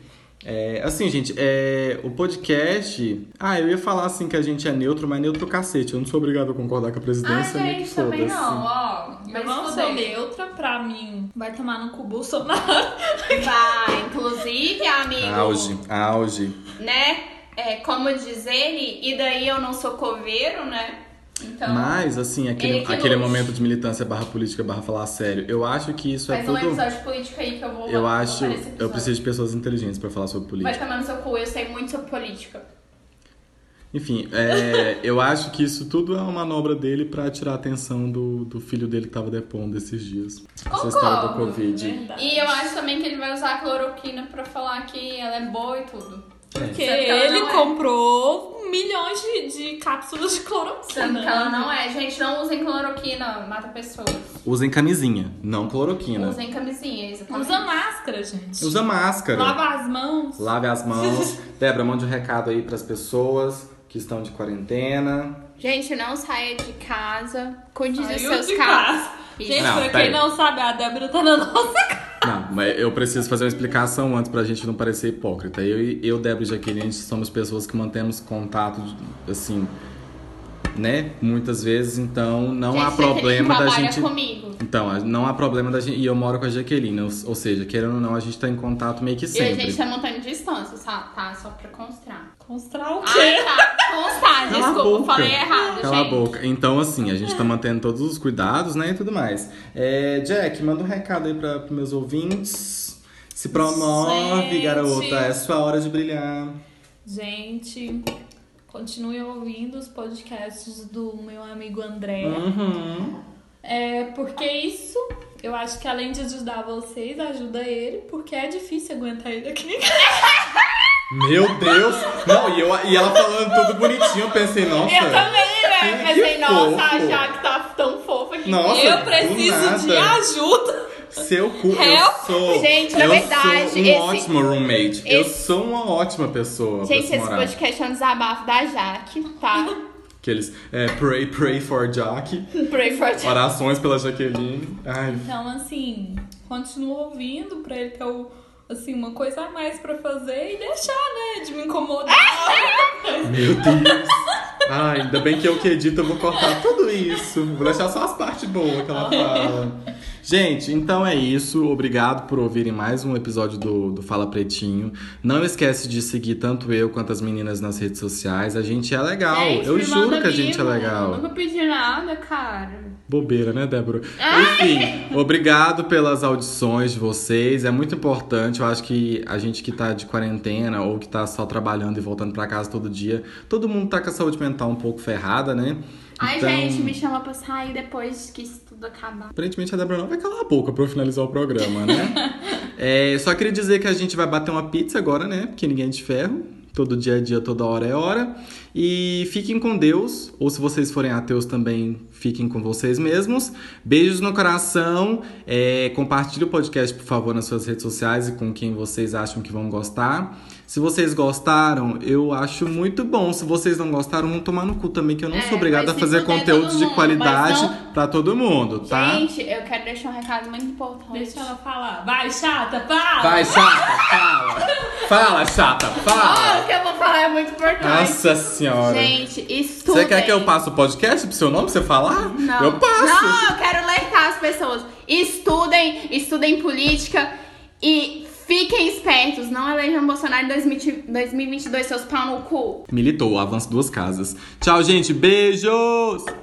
Assim, gente, o podcast... eu ia falar assim que a gente é neutro, mas neutro cacete. Eu não sou obrigado a concordar com a presidência. Gente, também não, ó. Eu não sou neutra, pra mim. Vai tomar no cu Bolsonaro. Vai, inclusive, amigo... Auge. Né? Como diz ele, e daí eu não sou coveiro, né? Então, mas, assim, aquele momento de militância /política /falar sério, eu acho que isso faz tudo... Faz um episódio de política aí que eu vou... Eu preciso de pessoas inteligentes pra falar sobre política. Vai tomar no seu cu, eu sei muito sobre política. Enfim, eu acho que isso tudo é uma manobra dele pra tirar a atenção do filho dele que tava depondo esses dias. Concordo. Essa história do Covid. Verdade. E eu acho também que ele vai usar a cloroquina pra falar que ela é boa e tudo. Porque Sendo que ela ele não é. comprou milhões de cápsulas de cloroquina. Sendo que ela não é. Gente, não usem cloroquina, mata pessoas. Usem camisinha, não cloroquina. Usem camisinha, exatamente. Usa máscara, gente. Usa máscara. Lava as mãos. Lave as mãos. Débora, mande um recado aí pras pessoas que estão de quarentena. Gente, não saia de casa. Cuide de Saiu seus de carros. casa. Isso. Gente, Não, pra peraí. quem não sabe, a Débora tá na nossa casa. Não, mas eu preciso fazer uma explicação antes pra gente não parecer hipócrita. Eu Débora e Jaqueline, a gente somos pessoas que mantemos contato, assim, né? Muitas vezes, então não há problema da gente... comigo. Então, não há problema da gente... E eu moro com a Jaqueline, ou seja, querendo ou não, a gente tá em contato meio que E a sempre. gente tá montando distância, sabe? Tá? Só pra constar. Constar o quê? Tá. Constar, Cala a desculpa, boca. falei errado, Cala gente. a boca. Então, assim, a gente tá mantendo todos os cuidados, né, e tudo mais. Jack, manda um recado aí pros meus ouvintes. Se promove, Gente. garota. É sua hora de brilhar. Gente, continue ouvindo os podcasts do meu amigo André. Uhum. Porque isso, eu acho que além de ajudar vocês, ajuda ele, porque é difícil aguentar ele aqui. Meu Deus! Não, e ela falando tudo bonitinho, eu pensei, nossa. Eu também, né? que Pensei, nossa, fofo. a Jaque tá tão fofa aqui. Nossa, Eu do preciso nada. de ajuda. Seu cu, Help. eu sou. Gente, na eu verdade, sou um esse- ótimo roommate. Eu esse- sou uma ótima pessoa. Gente, pra esse se morar. podcast é um desabafo da Jaque, tá? Aqueles pray for Jack. Pray for Jaque. Orações pela Jaqueline. Ai, Então, assim, continua ouvindo pra ele ter uma coisa a mais pra fazer e deixar, né, de me incomodar. meu Deus. Ai, ainda bem que eu que edito, eu vou cortar tudo isso. Vou deixar só as partes boas que ela fala. Gente, então é isso. Obrigado por ouvirem mais um episódio do Fala Pretinho. Não esquece de seguir tanto eu quanto as meninas nas redes sociais. A gente é legal. Gente, eu me juro manda que a gente é mimo. legal. Eu nunca pedi nada, cara. Bobeira, né, Débora? Enfim, obrigado pelas audições de vocês. É muito importante. Eu acho que a gente que tá de quarentena ou que tá só trabalhando e voltando pra casa todo dia, todo mundo tá com a saúde mental um pouco ferrada, né? Ai, Então, gente, me chama pra sair depois que isso tudo acabar. aparentemente a Débora não vai calar a boca pra eu finalizar o programa, né? Só queria dizer que a gente vai bater uma pizza agora, né? Porque ninguém é de ferro. Todo dia é dia, toda hora é hora. E fiquem com Deus. Ou se vocês forem ateus também, fiquem com vocês mesmos. Beijos no coração. Compartilhe o podcast, por favor, nas suas redes sociais e com quem vocês acham que vão gostar. Se vocês gostaram, eu acho muito bom. Se vocês não gostaram, vão tomar no cu também, que eu não sou obrigada a mas se fazer puder, conteúdo todo de mundo, qualidade mas não- pra todo mundo, tá? Gente, eu quero deixar um recado muito importante. Deixa ela falar. Vai, chata, fala! Vai, chata, fala! Fala, chata, fala! O que eu vou falar é muito importante. Nossa senhora! Gente, estudem. Você quer que eu passe o podcast pro seu nome, pra você falar? Não. Eu passo! Não, eu quero alertar as pessoas. Estudem política e fiquem espertos. Não elejam Bolsonaro em 2022, seus pau no cu. Militou, avanço duas casas. Tchau, gente. Beijos!